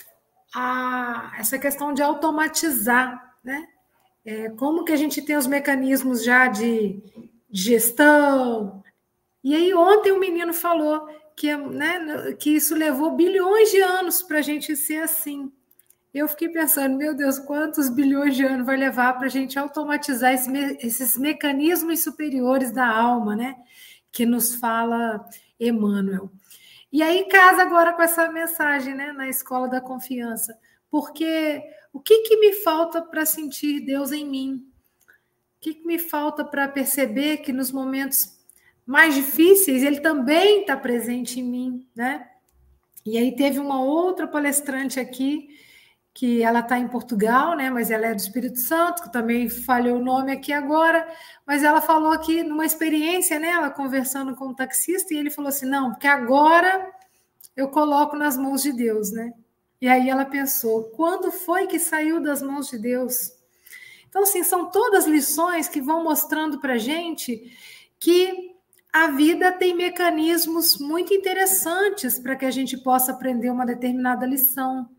essa questão de automatizar, né? Como que a gente tem os mecanismos já de gestão. E aí ontem o menino falou que isso levou bilhões de anos para a gente ser assim. Eu fiquei pensando, meu Deus, quantos bilhões de anos vai levar para a gente automatizar esses mecanismos superiores da alma, né? Que nos fala Emmanuel. E aí casa agora com essa mensagem, né? Na escola da confiança. Porque o que me falta para sentir Deus em mim? O que me falta para perceber que nos momentos mais difíceis, ele também está presente em mim, né? E aí teve uma outra palestrante aqui, que ela está em Portugal, né? Mas ela é do Espírito Santo, que também falhou o nome aqui agora, mas ela falou aqui numa experiência, né? Ela conversando com o taxista, e ele falou assim, não, porque agora eu coloco nas mãos de Deus, né? E aí ela pensou, quando foi que saiu das mãos de Deus? Então, assim, são todas lições que vão mostrando para a gente que a vida tem mecanismos muito interessantes para que a gente possa aprender uma determinada lição.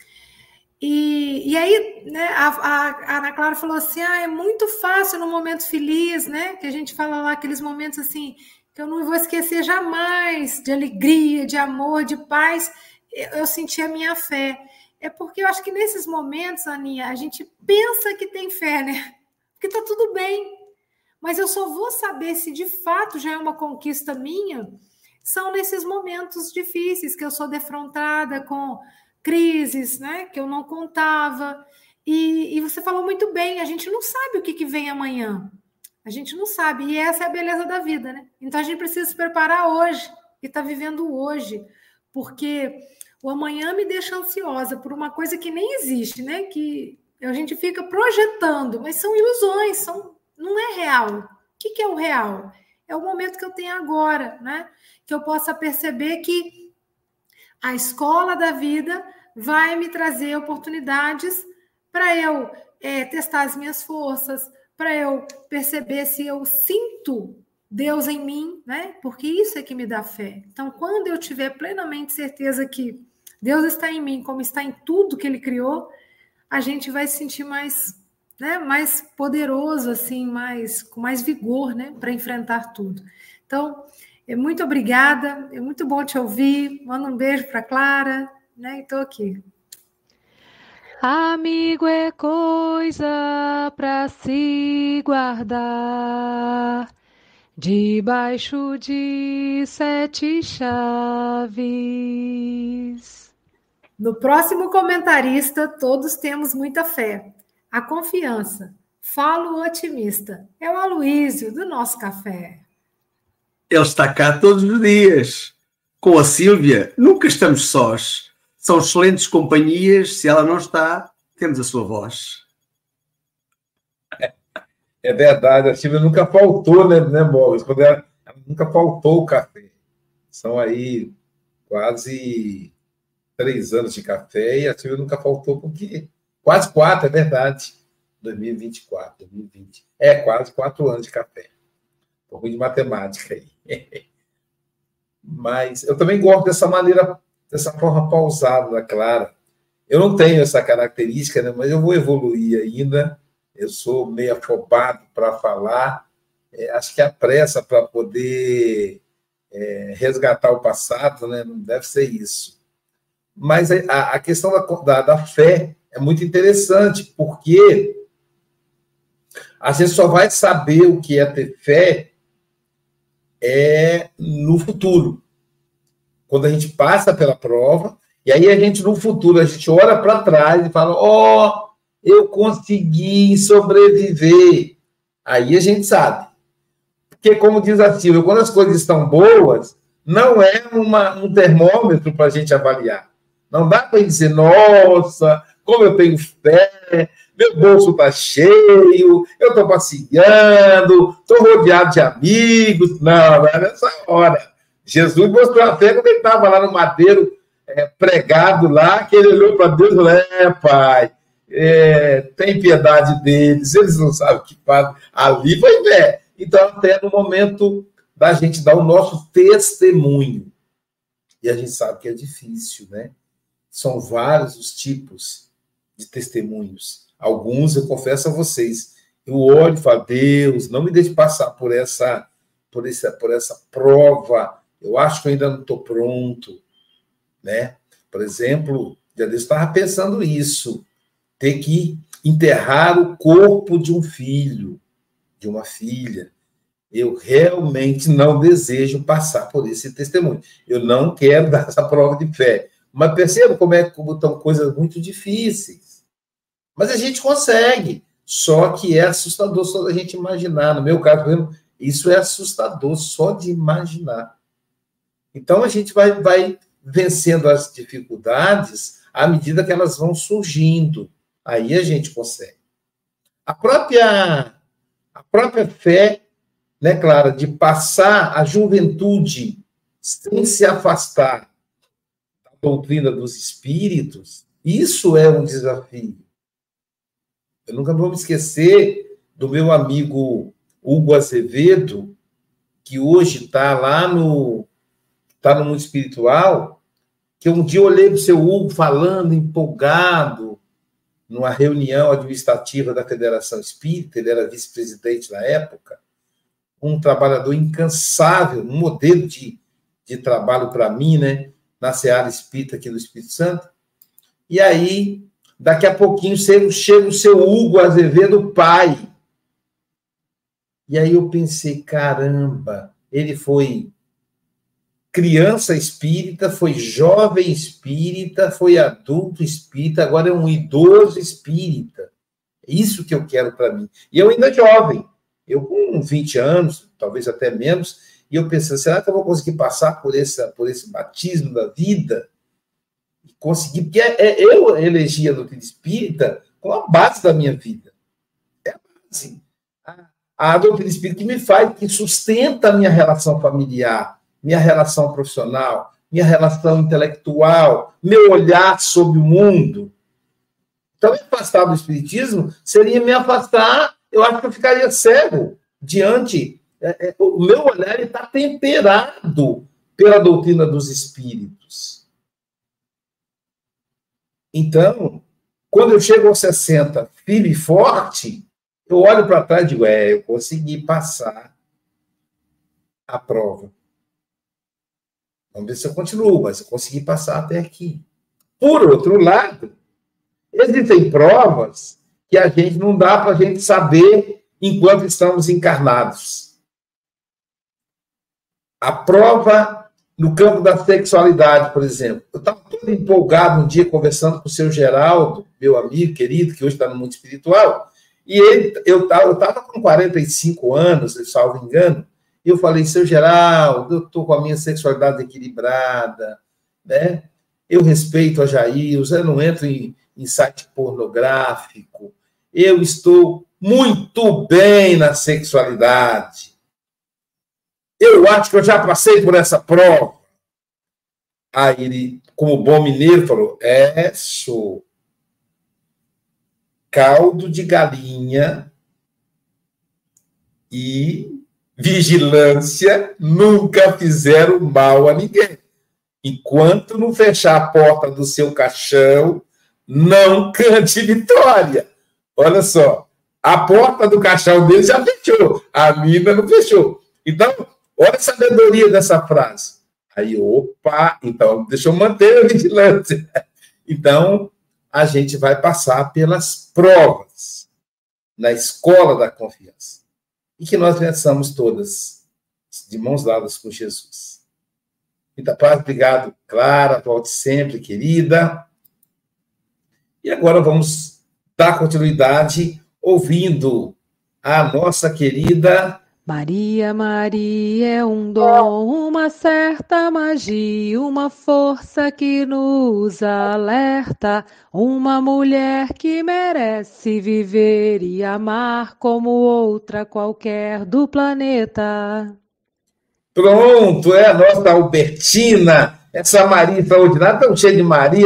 E aí, né, a Ana Clara falou assim, é muito fácil no momento feliz, né? Que a gente fala lá, aqueles momentos assim, que eu não vou esquecer jamais, de alegria, de amor, de paz, eu senti a minha fé. É porque eu acho que nesses momentos, Aninha, a gente pensa que tem fé, né? Porque tá tudo bem. Mas eu só vou saber se de fato já é uma conquista minha, são nesses momentos difíceis que eu sou defrontada com crises, né, que eu não contava. E você falou muito bem, a gente não sabe o que vem amanhã. A gente não sabe, e essa é a beleza da vida, né? Então a gente precisa se preparar hoje e estar vivendo hoje, porque o amanhã me deixa ansiosa por uma coisa que nem existe, né? Que a gente fica projetando, mas são ilusões, não é real. O que é o real? É o momento que eu tenho agora, né? Que eu possa perceber que a escola da vida vai me trazer oportunidades para eu testar as minhas forças, para eu perceber se eu sinto Deus em mim, né? Porque isso é que me dá fé. Então, quando eu tiver plenamente certeza que Deus está em mim, como está em tudo que Ele criou, a gente vai se sentir mais, né, mais poderoso, assim, com mais vigor, né, para enfrentar tudo. Então, muito obrigada, é muito bom te ouvir. Manda um beijo para Clara, né? E estou aqui. Amigo é coisa para se guardar debaixo de 7 chaves. No próximo comentarista, todos temos muita fé. A confiança. Falo otimista. É o Aloísio, do nosso café. Ele está cá todos os dias. Com a Sílvia, nunca estamos sós. São excelentes companhias. Se ela não está, temos a sua voz. É verdade, a Silvia nunca faltou, né, Morris? Quando ela nunca faltou o café. São aí quase 3 anos de café e a Silvia nunca faltou porque quase 4, é verdade. 2024, 2020. Quase 4 anos de café. Um pouco de matemática aí. Mas eu também gosto dessa maneira, dessa forma pausada da Clara. Eu não tenho essa característica, né, mas eu vou evoluir ainda. Eu sou meio afobado para falar. Acho que a pressa para poder resgatar o passado, né, não deve ser isso. Mas a questão da fé é muito interessante, porque a gente só vai saber o que é ter fé no futuro. Quando a gente passa pela prova, e aí a gente, no futuro, a gente olha para trás e fala, eu consegui sobreviver. Aí a gente sabe. Porque, como diz a Silvia, quando as coisas estão boas, não é um termômetro para a gente avaliar. Não dá para dizer, nossa, como eu tenho fé, meu bolso está cheio, eu estou passeando, estou rodeado de amigos. Não é nessa hora. Jesus mostrou a fé quando ele estava lá no madeiro, pregado lá, que ele olhou para Deus e falou, pai, tem piedade deles, eles não sabem o que fazem. Ali foi fé. Então, até no momento da gente dar o nosso testemunho. E a gente sabe que é difícil, né? São vários os tipos de testemunhos. Alguns, eu confesso a vocês, eu olho e falo, Deus, não me deixe passar por essa prova. Eu acho que eu ainda não estou pronto, né? Por exemplo, eu estava pensando isso, ter que enterrar o corpo de um filho, de uma filha. Eu realmente não desejo passar por esse testemunho. Eu não quero dar essa prova de fé. Mas perceba como estão coisas muito difíceis. Mas a gente consegue. Só que é assustador só da gente imaginar. No meu caso, por exemplo, isso é assustador só de imaginar. Então, a gente vai vencendo as dificuldades à medida que elas vão surgindo. Aí a gente consegue. A própria fé, né, Clara, de passar a juventude sem se afastar da doutrina dos espíritos, isso é um desafio. Eu nunca vou me esquecer do meu amigo Hugo Azevedo, que hoje está lá no mundo espiritual, que um dia eu olhei para o seu Hugo falando, empolgado, numa reunião administrativa da Federação Espírita, ele era vice-presidente na época, um trabalhador incansável, um modelo de trabalho para mim, né, na Seara Espírita aqui do Espírito Santo. E aí, daqui a pouquinho, chega o seu Hugo Azevedo, pai. E aí eu pensei, caramba, ele foi criança espírita, foi jovem espírita, foi adulto espírita, agora é um idoso espírita. É isso que eu quero para mim. E eu ainda jovem, eu com 20 anos, talvez até menos, e eu pensei, será que eu vou conseguir passar por esse batismo da vida? E conseguir, porque eu elegi a doutrina espírita como a base da minha vida. É a base. A doutrina espírita que me faz, que sustenta a minha relação familiar, minha relação profissional, minha relação intelectual, meu olhar sobre o mundo. Então, me afastar do espiritismo seria me afastar, eu acho que eu ficaria cego diante. O meu olhar está temperado pela doutrina dos espíritos. Então, quando eu chego aos 60, firme e forte, eu olho para trás e digo, eu consegui passar a prova. Vamos ver se eu continuo, mas eu consegui passar até aqui. Por outro lado, existem provas que a gente não dá para a gente saber enquanto estamos encarnados. A prova no campo da sexualidade, por exemplo. Eu estava todo empolgado um dia conversando com o seu Geraldo, meu amigo querido, que hoje está no mundo espiritual, e eu estava com 45 anos, se salvo engano, e eu falei, seu Geraldo, eu estou com a minha sexualidade equilibrada, né? Eu respeito a Jailson, eu não entro em site pornográfico, eu estou muito bem na sexualidade. Eu acho que eu já passei por essa prova. Aí ele, como bom mineiro, falou, sou caldo de galinha e vigilância nunca fizeram mal a ninguém. Enquanto não fechar a porta do seu caixão, não cante vitória. Olha só, a porta do caixão dele já fechou, a minha não fechou. Então, olha a sabedoria dessa frase. Aí, opa, então, deixa eu manter a vigilância. Então, a gente vai passar pelas provas na escola da confiança. E que nós vençamos todas de mãos dadas com Jesus. Muita paz, obrigado, Clara, volte sempre, querida. E agora vamos dar continuidade ouvindo a nossa querida Maria, Maria é um dom, uma certa magia, uma força que nos alerta, uma mulher que merece viver e amar como outra qualquer do planeta. Pronto, é a nossa Albertina, essa Maria extraordinária, tão cheia de Maria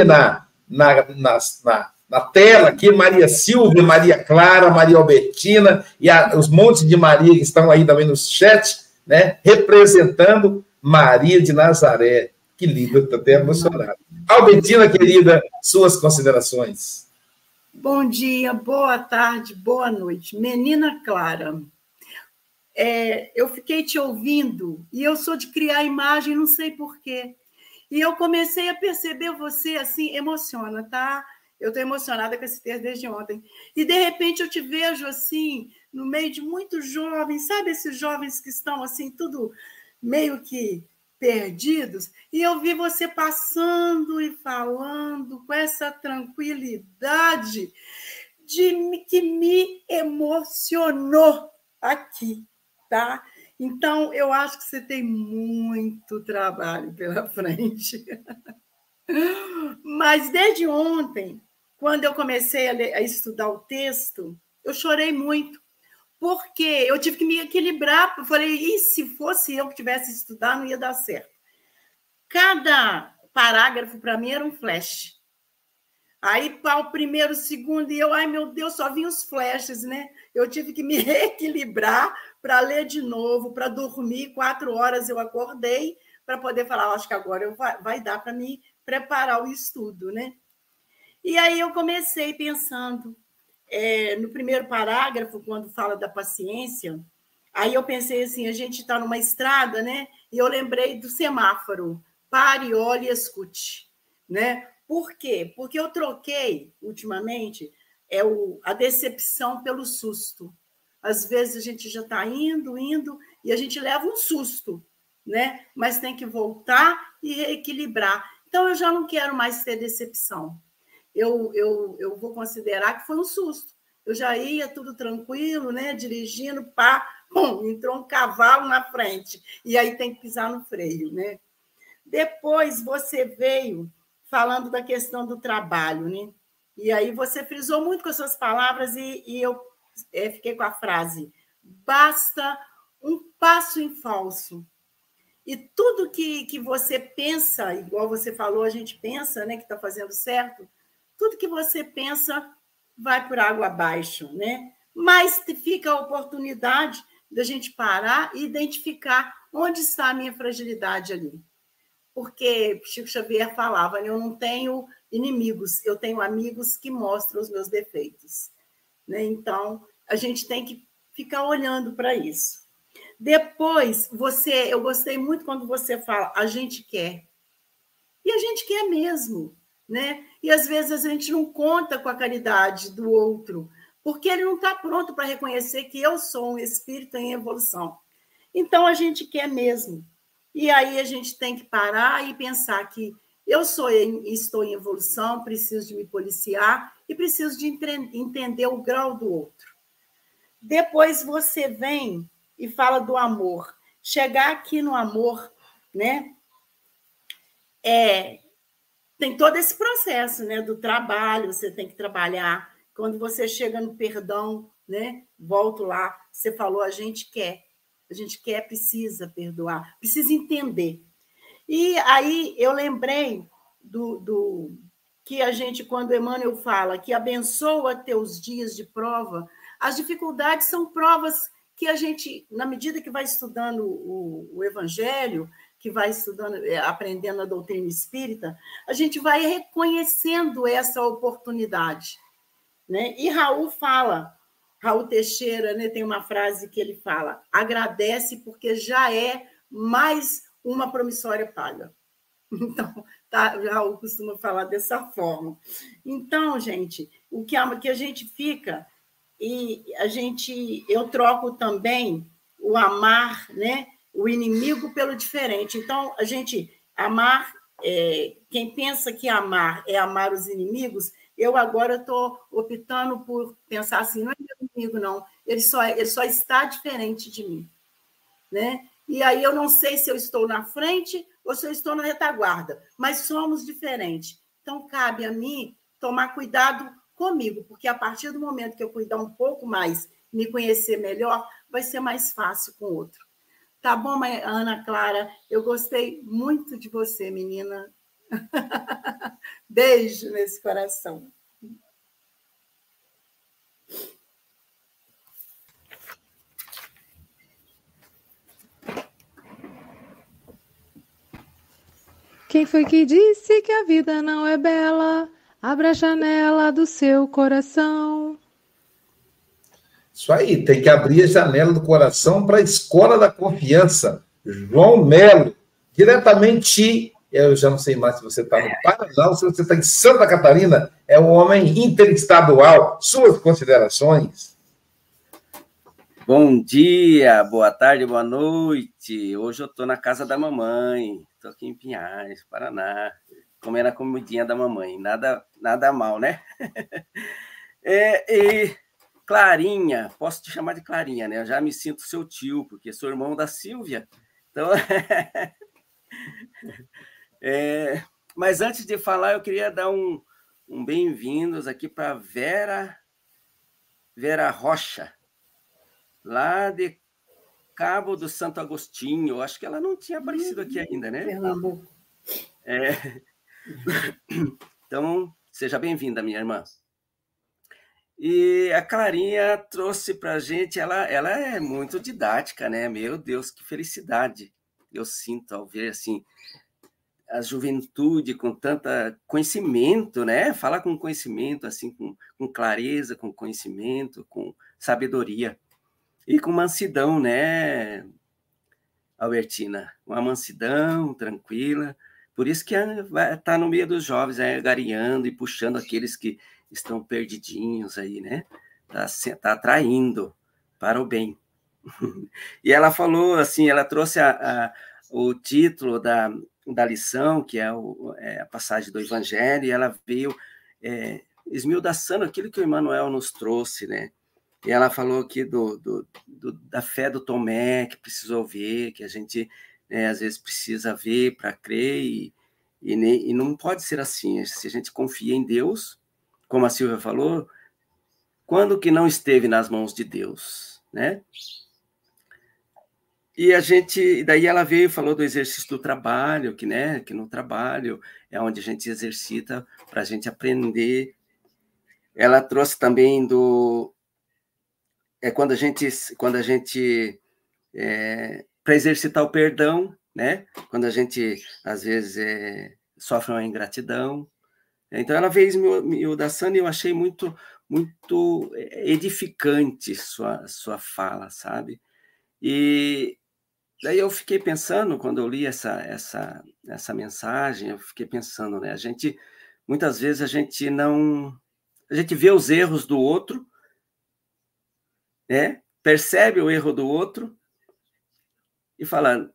na tela aqui, Maria Silvia, Maria Clara, Maria Albertina e os montes de Maria que estão aí também no chat, né, representando Maria de Nazaré. Que lindo, estou até emocionado. Albertina, querida, suas considerações. Bom dia, boa tarde, boa noite. Menina Clara, eu fiquei te ouvindo e eu sou de criar imagem, não sei porquê. E eu comecei a perceber você, assim, emociona, tá? Eu estou emocionada com esse texto desde ontem. E, de repente, eu te vejo, assim, no meio de muitos jovens, sabe esses jovens que estão, assim, tudo meio que perdidos? E eu vi você passando e falando com essa tranquilidade que me emocionou aqui, tá? Então, eu acho que você tem muito trabalho pela frente. Mas, desde ontem, quando eu comecei a estudar o texto, eu chorei muito, porque eu tive que me equilibrar. Eu falei, e se fosse eu que tivesse estudado, não ia dar certo. Cada parágrafo, para mim, era um flash. Aí, para o primeiro, o segundo, e eu, ai, meu Deus, só vinha os flashes, né? Eu tive que me reequilibrar para ler de novo, para dormir. 4 horas eu acordei para poder falar, acho que agora vai dar para me preparar o estudo, né? E aí eu comecei pensando, no primeiro parágrafo, quando fala da paciência, aí eu pensei assim, a gente está numa estrada, né? E eu lembrei do semáforo, pare, olhe e escute, né? Por quê? Porque eu troquei, ultimamente, a decepção pelo susto. Às vezes a gente já está indo, e a gente leva um susto, né? Mas tem que voltar e reequilibrar. Então, eu já não quero mais ter decepção. Eu vou considerar que foi um susto. Eu já ia tudo tranquilo, né? Dirigindo, pá, pum, entrou um cavalo na frente. E aí tem que pisar no freio, né? Depois você veio falando da questão do trabalho, né? E aí você frisou muito com as suas palavras e eu fiquei com a frase: basta um passo em falso. E tudo que você pensa, igual você falou, a gente pensa, né, que está fazendo certo, tudo que você pensa vai por água abaixo, né? Mas fica a oportunidade da gente parar e identificar onde está a minha fragilidade ali. Porque Chico Xavier falava, né, eu não tenho inimigos, eu tenho amigos que mostram os meus defeitos, né? Então, a gente tem que ficar olhando para isso. Depois, eu gostei muito quando você fala, a gente quer. E a gente quer mesmo, né? E às vezes a gente não conta com a caridade do outro, porque ele não está pronto para reconhecer que eu sou um espírito em evolução. Então, a gente quer mesmo. E aí a gente tem que parar e pensar que estou em evolução, preciso de me policiar e preciso de entender o grau do outro. Depois você vem e fala do amor. Chegar aqui no amor, né? Tem todo esse processo, né? Do trabalho, você tem que trabalhar. Quando você chega no perdão, né? Volto lá, você falou, a gente quer, precisa perdoar, precisa entender. E aí eu lembrei do que a gente, quando Emmanuel fala que abençoa teus dias de prova, as dificuldades são provas que a gente, na medida que vai estudando o Evangelho, que vai estudando, aprendendo a doutrina espírita, a gente vai reconhecendo essa oportunidade, né? E Raul Teixeira, né, tem uma frase que ele fala, agradece porque já é mais uma promissória paga. Então, Raul costuma falar dessa forma. Então, gente, o que a gente fica... E eu troco também o amar, né? O inimigo pelo diferente. Então, a gente amar, quem pensa que amar é amar os inimigos, eu agora estou optando por pensar assim, não é meu inimigo, não, ele só está diferente de mim, né? E aí eu não sei se eu estou na frente ou se eu estou na retaguarda, mas somos diferentes. Então, cabe a mim tomar cuidado comigo, porque a partir do momento que eu cuidar um pouco mais, me conhecer melhor, vai ser mais fácil com o outro. Tá bom, Ana Clara? Eu gostei muito de você, menina. Beijo nesse coração. Quem foi que disse que a vida não é bela? Abra a janela do seu coração. Isso aí, tem que abrir a janela do coração para a Escola da Confiança. João Melo, diretamente, eu já não sei mais se você está no Paraná ou se você está em Santa Catarina, é um homem interestadual. Suas considerações? Bom dia, boa tarde, boa noite. Hoje eu estou na casa da mamãe, estou aqui em Pinhais, Paraná, comendo a comidinha da mamãe, nada mal, né? E Clarinha, posso te chamar de Clarinha, né? Eu já me sinto seu tio, porque sou irmão da Silvia. Então, mas antes de falar, eu queria dar um bem-vindos aqui para Vera Rocha, lá de Cabo do Santo Agostinho. Eu acho que ela não tinha aparecido aqui ainda, né? Pernambuco. Então, seja bem-vinda, minha irmã. E a Clarinha trouxe para a gente, ela é muito didática, né? Meu Deus, que felicidade eu sinto ao ver assim, a juventude com tanto conhecimento, né? Fala com conhecimento, assim, com clareza, com conhecimento, com sabedoria e com mansidão, né, Albertina? Uma mansidão tranquila. Por isso que está no meio dos jovens, gareando e puxando aqueles que estão perdidinhos aí, né? Tá atraindo para o bem. E ela falou assim, ela trouxe o título da lição, que é a passagem do Evangelho, e ela veio esmiuçando aquilo que o Emmanuel nos trouxe, né? E ela falou aqui da fé do Tomé, que precisou ver, que a gente, às vezes, precisa ver para crer, e não pode ser assim. Se a gente confia em Deus, como a Silvia falou, quando que não esteve nas mãos de Deus, né? E daí ela veio e falou do exercício do trabalho, que no trabalho é onde a gente exercita para a gente aprender. Ela trouxe também quando a gente para exercitar o perdão, né? Quando a gente, às vezes, sofre uma ingratidão. Então, ela veio esmiuçando e eu achei muito, muito edificante sua fala, sabe? E daí eu fiquei pensando, quando eu li essa mensagem, eu fiquei pensando, né? Muitas vezes a gente vê os erros do outro, né? Percebe o erro do outro e fala,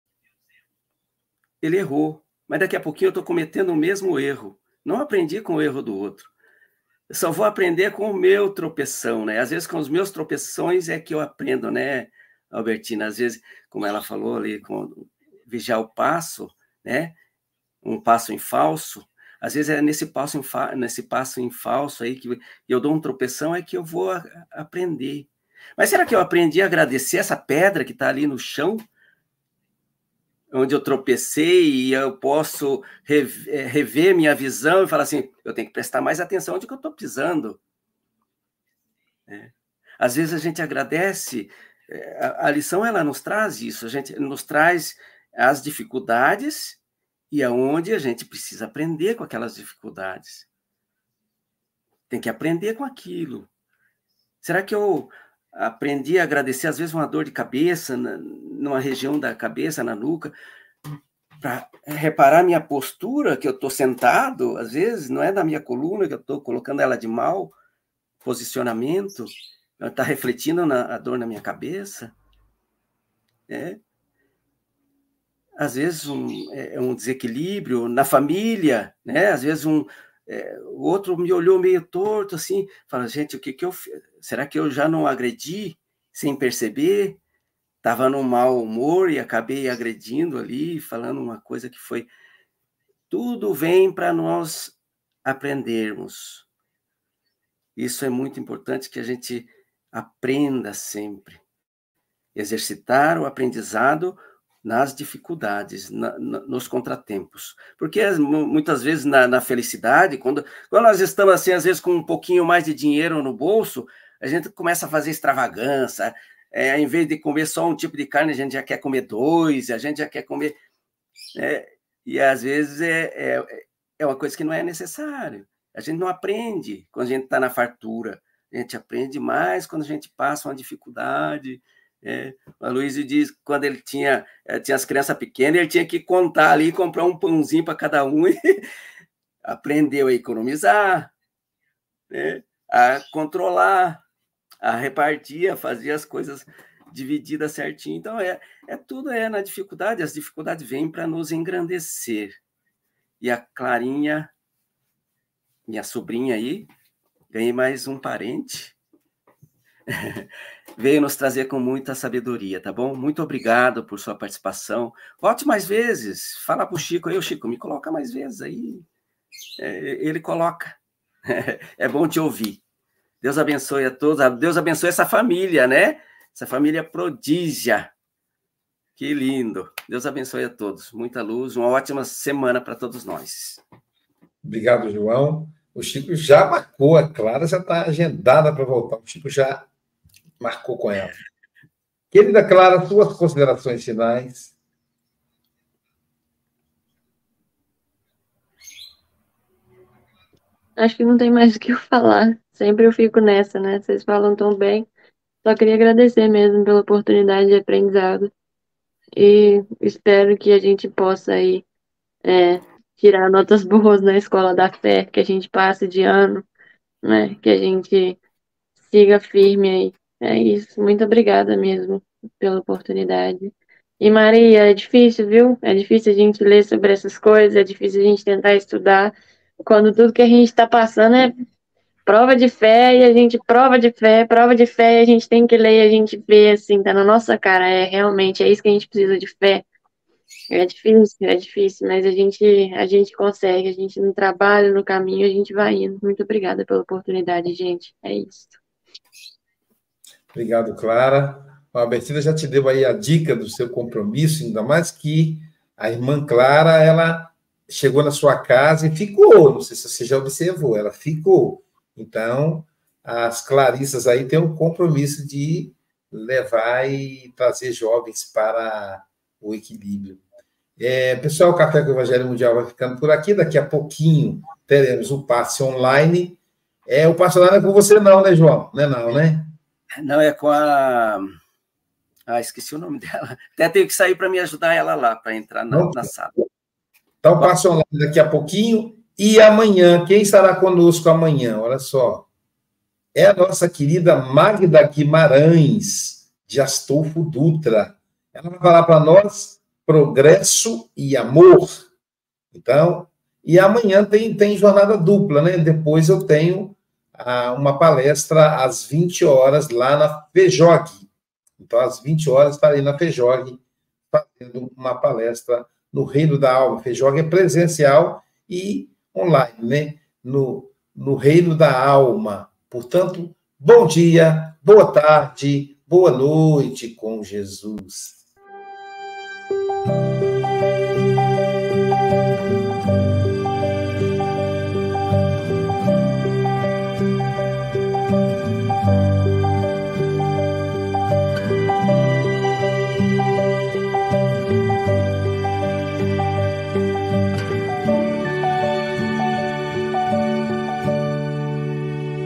ele errou, mas daqui a pouquinho eu estou cometendo o mesmo erro. Não aprendi com o erro do outro. Eu só vou aprender com o meu tropeção, né? Às vezes com os meus tropeções é que eu aprendo, né, Albertina? Às vezes, como ela falou ali, com vigiar o passo, né? Um passo em falso. Às vezes é nesse passo em falso aí que eu dou um tropeção, é que eu vou aprender. Mas será que eu aprendi a agradecer essa pedra que está ali no chão, onde eu tropecei, e eu posso rever minha visão e falar assim, eu tenho que prestar mais atenção onde que eu estou pisando. Às vezes a gente agradece, a lição ela nos traz isso, a gente nos traz as dificuldades e aonde a gente precisa aprender com aquelas dificuldades. Tem que aprender com aquilo. Será que eu aprendi a agradecer, às vezes, uma dor de cabeça, numa região da cabeça, na nuca, para reparar minha postura, que eu estou sentado, às vezes, não é da minha coluna, que eu estou colocando ela de mau posicionamento, está refletindo a dor na minha cabeça. Às vezes, um desequilíbrio na família, né? Às vezes, o outro me olhou meio torto, assim, fala, gente, o que eu fiz? Será que eu já não agredi sem perceber? Estava num mau humor e acabei agredindo ali, falando uma coisa que foi... Tudo vem para nós aprendermos. Isso é muito importante, que a gente aprenda sempre. Exercitar o aprendizado nas dificuldades, nos contratempos. Porque muitas vezes na felicidade, quando nós estamos assim, às vezes com um pouquinho mais de dinheiro no bolso, a gente começa a fazer extravagância, em vez de comer só um tipo de carne, a gente já quer comer 2, a gente já quer comer... e às vezes é uma coisa que não é necessário. A gente não aprende quando a gente está na fartura, a gente aprende mais quando a gente passa uma dificuldade. O Aloysio diz que quando ele tinha as crianças pequenas, ele tinha que contar ali, comprar um pãozinho para cada um, e aprendeu a economizar, né? A controlar, a repartir, a fazer as coisas divididas certinho. Então, tudo na dificuldade. As dificuldades vêm para nos engrandecer. E a Clarinha, minha sobrinha aí, ganhei mais um parente, veio nos trazer com muita sabedoria, tá bom? Muito obrigado por sua participação. Volte mais vezes. Fala pro Chico aí, Chico, me coloca mais vezes aí. Ele coloca. É bom te ouvir. Deus abençoe a todos. Deus abençoe essa família, né? Essa família prodígia. Que lindo. Deus abençoe a todos. Muita luz. Uma ótima semana para todos nós. Obrigado, João. O Chico já marcou. A Clara já está agendada para voltar. O Chico já marcou com ela. Querida Clara, suas considerações finais. Acho que não tem mais o que eu falar. Sempre eu fico nessa, né? Vocês falam tão bem. Só queria agradecer mesmo pela oportunidade de aprendizado. E espero que a gente possa aí tirar notas boas na escola da fé, que a gente passe de ano, né? Que a gente siga firme aí É isso. Muito obrigada mesmo pela oportunidade. E Maria, é difícil, viu? É difícil a gente ler sobre essas coisas, é difícil a gente tentar estudar, quando tudo que a gente está passando é prova de fé, e a gente prova de fé, e a gente tem que ler, a gente vê, assim, tá na nossa cara, realmente, é isso que a gente precisa de fé. É difícil, mas a gente consegue, a gente no trabalho, no caminho, a gente vai indo. Muito obrigada pela oportunidade, gente. É isso. Obrigado, Clara. A Bertina já te deu aí a dica do seu compromisso, ainda mais que a irmã Clara, ela chegou na sua casa e ficou, não sei se você já observou, ela ficou. Então, as Clarissas aí têm um compromisso de levar e trazer jovens para o equilíbrio. Pessoal, o Café com o Evangelho Mundial vai ficando por aqui. Daqui a pouquinho teremos o passe online. O passe online é com você não, né, João? Não, né? Não, é com a... esqueci o nome dela. Até tenho que sair para me ajudar ela lá, para entrar na sala. Então, passe online daqui a pouquinho. E amanhã, quem estará conosco amanhã? Olha só. É a nossa querida Magda Guimarães, de Astolfo Dutra. Ela vai falar para nós progresso e amor. Então, e amanhã tem jornada dupla, né? Depois eu tenho uma palestra às 20 horas lá na FEJOG. Então, às 20 horas estarei na FEJOG fazendo uma palestra no Reino da Alma. FEJOG é presencial e online, né? No Reino da Alma. Portanto, bom dia, boa tarde, boa noite com Jesus.